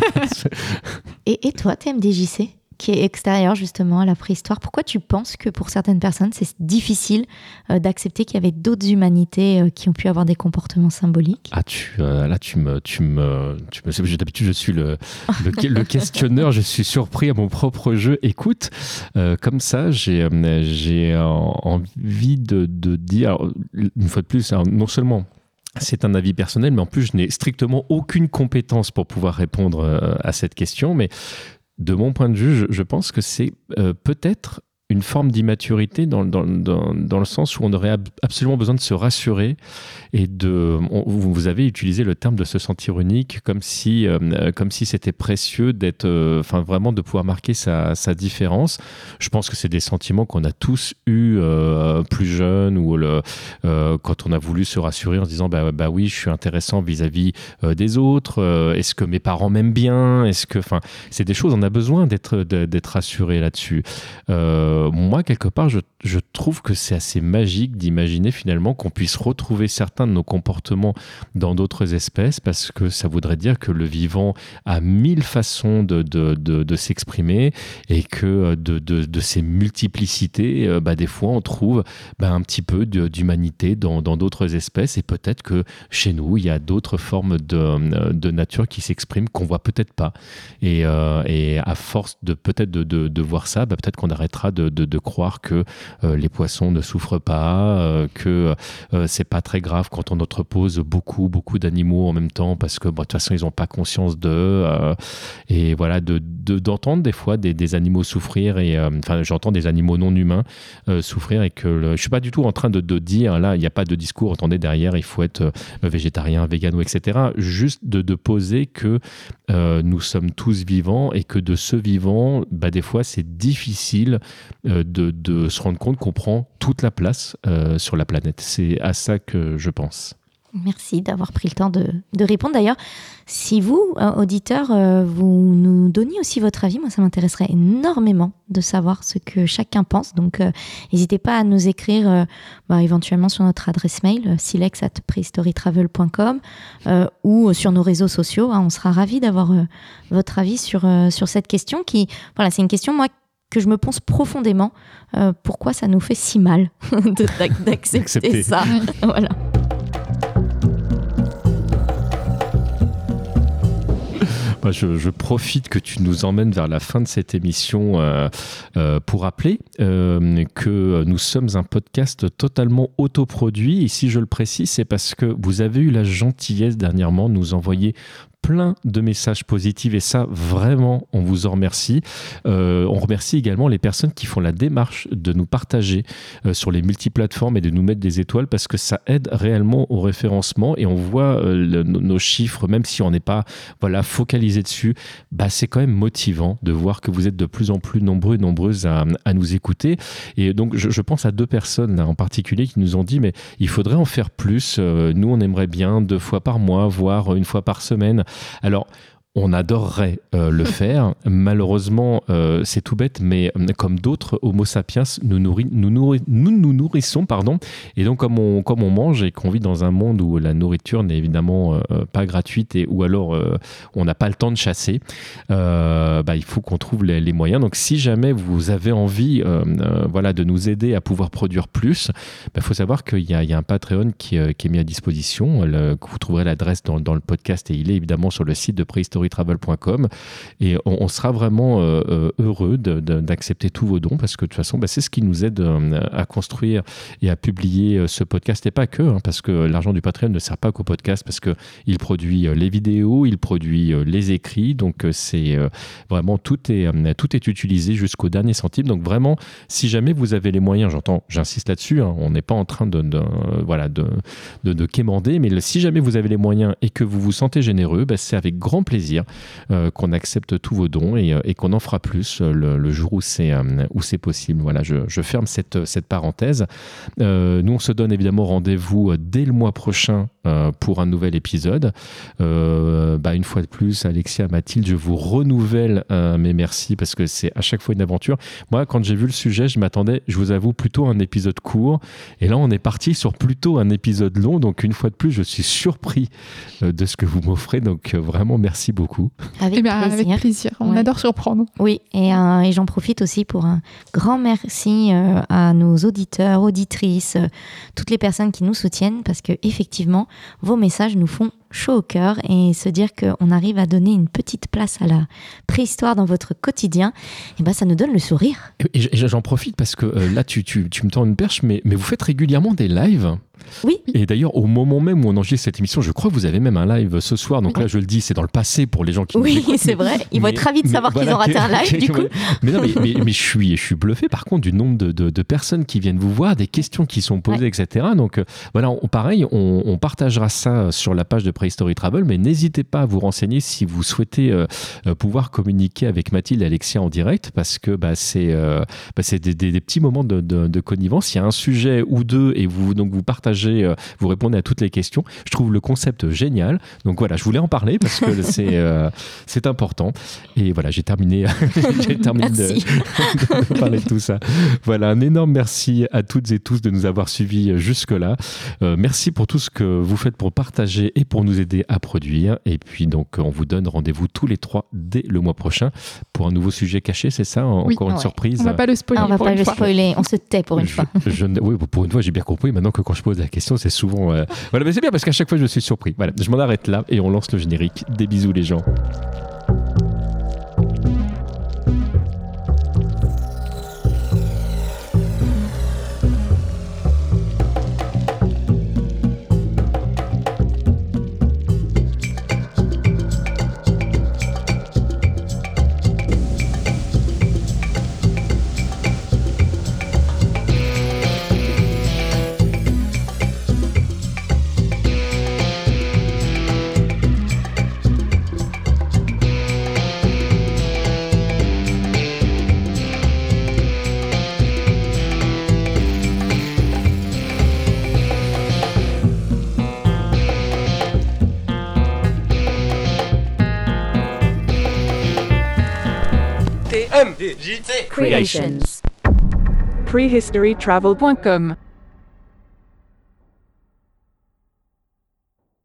et, et toi, T M D J C, qui est extérieur justement à la préhistoire, pourquoi tu penses que pour certaines personnes, c'est difficile euh, d'accepter qu'il y avait d'autres humanités euh, qui ont pu avoir des comportements symboliques? Ah, tu, euh, là, tu me, tu me, tu me, d'habitude, je suis le, le, le questionneur, je suis surpris à mon propre jeu. Écoute, euh, comme ça, j'ai, euh, j'ai euh, envie de, de dire, une fois de plus, alors, non seulement c'est un avis personnel, mais en plus, je n'ai strictement aucune compétence pour pouvoir répondre euh, à cette question, mais de mon point de vue, je, je pense que c'est euh, peut-être une forme d'immaturité dans, dans, dans, dans le sens où on aurait ab- absolument besoin de se rassurer et de... On, vous avez utilisé le terme de se sentir unique comme si, euh, comme si c'était précieux d'être... Euh, enfin, vraiment de pouvoir marquer sa, sa différence. Je pense que c'est des sentiments qu'on a tous eus euh, plus jeunes ou le, euh, quand on a voulu se rassurer en se disant bah, bah oui, je suis intéressant vis-à-vis euh, des autres. Euh, est-ce que mes parents m'aiment bien? Est-ce que... Enfin, c'est des choses, on a besoin d'être, d'être rassuré là-dessus. Euh, moi, quelque part, je, je trouve que c'est assez magique d'imaginer finalement qu'on puisse retrouver certains de nos comportements dans d'autres espèces, parce que ça voudrait dire que le vivant a mille façons de, de, de, de s'exprimer et que de, de, de ces multiplicités, bah, des fois, on trouve bah, un petit peu de, d'humanité dans, dans d'autres espèces, et peut-être que chez nous, il y a d'autres formes de, de nature qui s'expriment qu'on voit peut-être pas. Et, euh, et à force de peut-être de, de, de voir ça, bah, peut-être qu'on arrêtera de De, de croire que euh, les poissons ne souffrent pas, euh, que euh, c'est pas très grave quand on entrepose beaucoup, beaucoup d'animaux en même temps parce que bon, de toute façon ils n'ont pas conscience d'eux. Euh, et voilà, de, de, d'entendre des fois des, des animaux souffrir, et euh, enfin j'entends des animaux non humains euh, souffrir, et que le, je suis pas du tout en train de, de dire là, il n'y a pas de discours, attendez, derrière il faut être euh, végétarien, végano, et cetera. Juste de, de poser que euh, nous sommes tous vivants et que de ce vivant, bah, des fois c'est difficile De, de se rendre compte qu'on prend toute la place euh, sur la planète. C'est à ça que je pense. Merci d'avoir pris le temps de, de répondre. D'ailleurs, si vous, auditeurs, euh, vous nous donniez aussi votre avis, moi ça m'intéresserait énormément de savoir ce que chacun pense. Donc euh, n'hésitez pas à nous écrire euh, bah, éventuellement sur notre adresse mail euh, silex arobase prehistorytravel point com euh, ou sur nos réseaux sociaux. Hein, on sera ravis d'avoir euh, votre avis sur, euh, sur cette question qui, voilà, c'est une question, moi, que je me pose profondément, euh, pourquoi ça nous fait si mal de, d'accepter Accepter. ça. Voilà. Bah, je, je profite que tu nous emmènes vers la fin de cette émission euh, euh, pour rappeler euh, que nous sommes un podcast totalement autoproduit. Et si je le précise, c'est parce que vous avez eu la gentillesse dernièrement de nous envoyer plein de messages positifs, et ça, vraiment, on vous en remercie. Euh, on remercie également les personnes qui font la démarche de nous partager euh, sur les multiplateformes et de nous mettre des étoiles, parce que ça aide réellement au référencement, et on voit euh, le, nos chiffres, même si on n'est pas voilà, focalisé dessus, bah, c'est quand même motivant de voir que vous êtes de plus en plus nombreux et nombreuses à, à nous écouter. Et donc, je, je pense à deux personnes là, en particulier qui nous ont dit, mais il faudrait en faire plus. Euh, nous, on aimerait bien deux fois par mois, voire une fois par semaine. Alors, on adorerait euh, le faire. Malheureusement, euh, c'est tout bête, mais euh, comme d'autres Homo sapiens, nous, nourri, nous, nourri, nous nous nourrissons, pardon. Et donc, comme on, comme on mange et qu'on vit dans un monde où la nourriture n'est évidemment euh, pas gratuite et ou alors euh, on n'a pas le temps de chasser, euh, bah, il faut qu'on trouve les, les moyens. Donc, si jamais vous avez envie euh, euh, voilà, de nous aider à pouvoir produire plus, il bah, faut savoir qu'il y a, il y a un Patreon qui, euh, qui est mis à disposition. Le, que vous trouverez l'adresse dans, dans le podcast et il est évidemment sur le site de prehistory travel point com. Et on, on sera vraiment euh, heureux de, de, d'accepter tous vos dons parce que de toute façon, bah, c'est ce qui nous aide euh, à construire et à publier ce podcast. Et pas que, hein, parce que l'argent du Patreon ne sert pas qu'au podcast parce qu'il produit les vidéos, il produit les écrits. Donc, c'est euh, vraiment tout est, euh, tout est utilisé jusqu'au dernier centime. Donc, vraiment, si jamais vous avez les moyens, j'entends, j'insiste là-dessus, hein, on n'est pas en train de, de, euh, voilà, de, de, de quémander, mais le, si jamais vous avez les moyens et que vous vous sentez généreux, bah, c'est avec grand plaisir euh, qu'on accepte tous vos dons et, et qu'on en fera plus le, le jour où c'est, euh, où c'est possible. Voilà, je, je ferme cette, cette parenthèse. Euh, nous, on se donne évidemment rendez-vous dès le mois prochain euh, pour un nouvel épisode. Euh, bah, une fois de plus, Alexia, Mathilde, je vous renouvelle euh, mes merci parce que c'est à chaque fois une aventure. Moi, quand j'ai vu le sujet, je m'attendais, je vous avoue, plutôt à un épisode court. Et là, on est parti sur plutôt un épisode long. Donc, une fois de plus, je suis surpris euh, de ce que vous m'offrez. Donc, euh, vraiment, merci beaucoup. Avec Eh bien, plaisir. avec plaisir. On Ouais. adore surprendre. Oui, et, euh, et j'en profite aussi pour un grand merci euh, à nos auditeurs, auditrices, euh, toutes les personnes qui nous soutiennent parce que effectivement, vos messages nous font chaud au cœur et se dire qu'on arrive à donner une petite place à la préhistoire dans votre quotidien, et ben ça nous donne le sourire. Et, et j'en profite parce que euh, là, tu, tu, tu me tends une perche, mais, mais vous faites régulièrement des lives. Oui. Et d'ailleurs, au moment même où on enregistre cette émission, je crois que vous avez même un live ce soir. Donc Oui. là, je le dis, c'est dans le passé pour les gens qui Oui, nous écoutent. c'est mais- vrai. Ils vont mais- être ravis de mais savoir qu'ils voilà, ont raté un live, que- du coup. Mais non, mais, mais, mais je, suis, je suis bluffé par contre du nombre de, de, de personnes qui viennent vous voir, des questions qui sont posées, Ouais. et cetera. Donc euh, voilà, on, pareil, on, on partagera ça sur la page de Prehistory Travel, mais n'hésitez pas à vous renseigner si vous souhaitez euh, euh, pouvoir communiquer avec Mathilde et Alexia en direct, parce que bah, c'est, euh, bah, c'est des, des, des petits moments de, de, de connivence. Il y a un sujet ou deux et vous, donc vous partagez, euh, vous répondez à toutes les questions. Je trouve le concept génial. Donc voilà, je voulais en parler parce que c'est, euh, c'est important. Et voilà, j'ai terminé, j'ai terminé de, Merci. de parler de tout ça. Voilà, un énorme merci à toutes et tous de nous avoir suivis jusque-là. Euh, merci pour tout ce que vous faites pour partager et pour nous aider à produire. Et puis donc, on vous donne rendez-vous tous les trois dès le mois prochain pour un nouveau sujet caché, c'est ça? Oui. Encore une Ouais. surprise. On va pas le spoiler. Ah, on va pour pas une le fois. spoiler, on se tait pour une Je- fois. je ne- oui, pour une fois, j'ai bien compris. Maintenant que quand je pose la question, c'est souvent. euh, Voilà, mais c'est bien parce qu'à chaque fois, je suis surpris. Voilà, je m'en arrête là et on lance le générique. Des bisous, les gens. T M D J T Creations. prehistory travel point com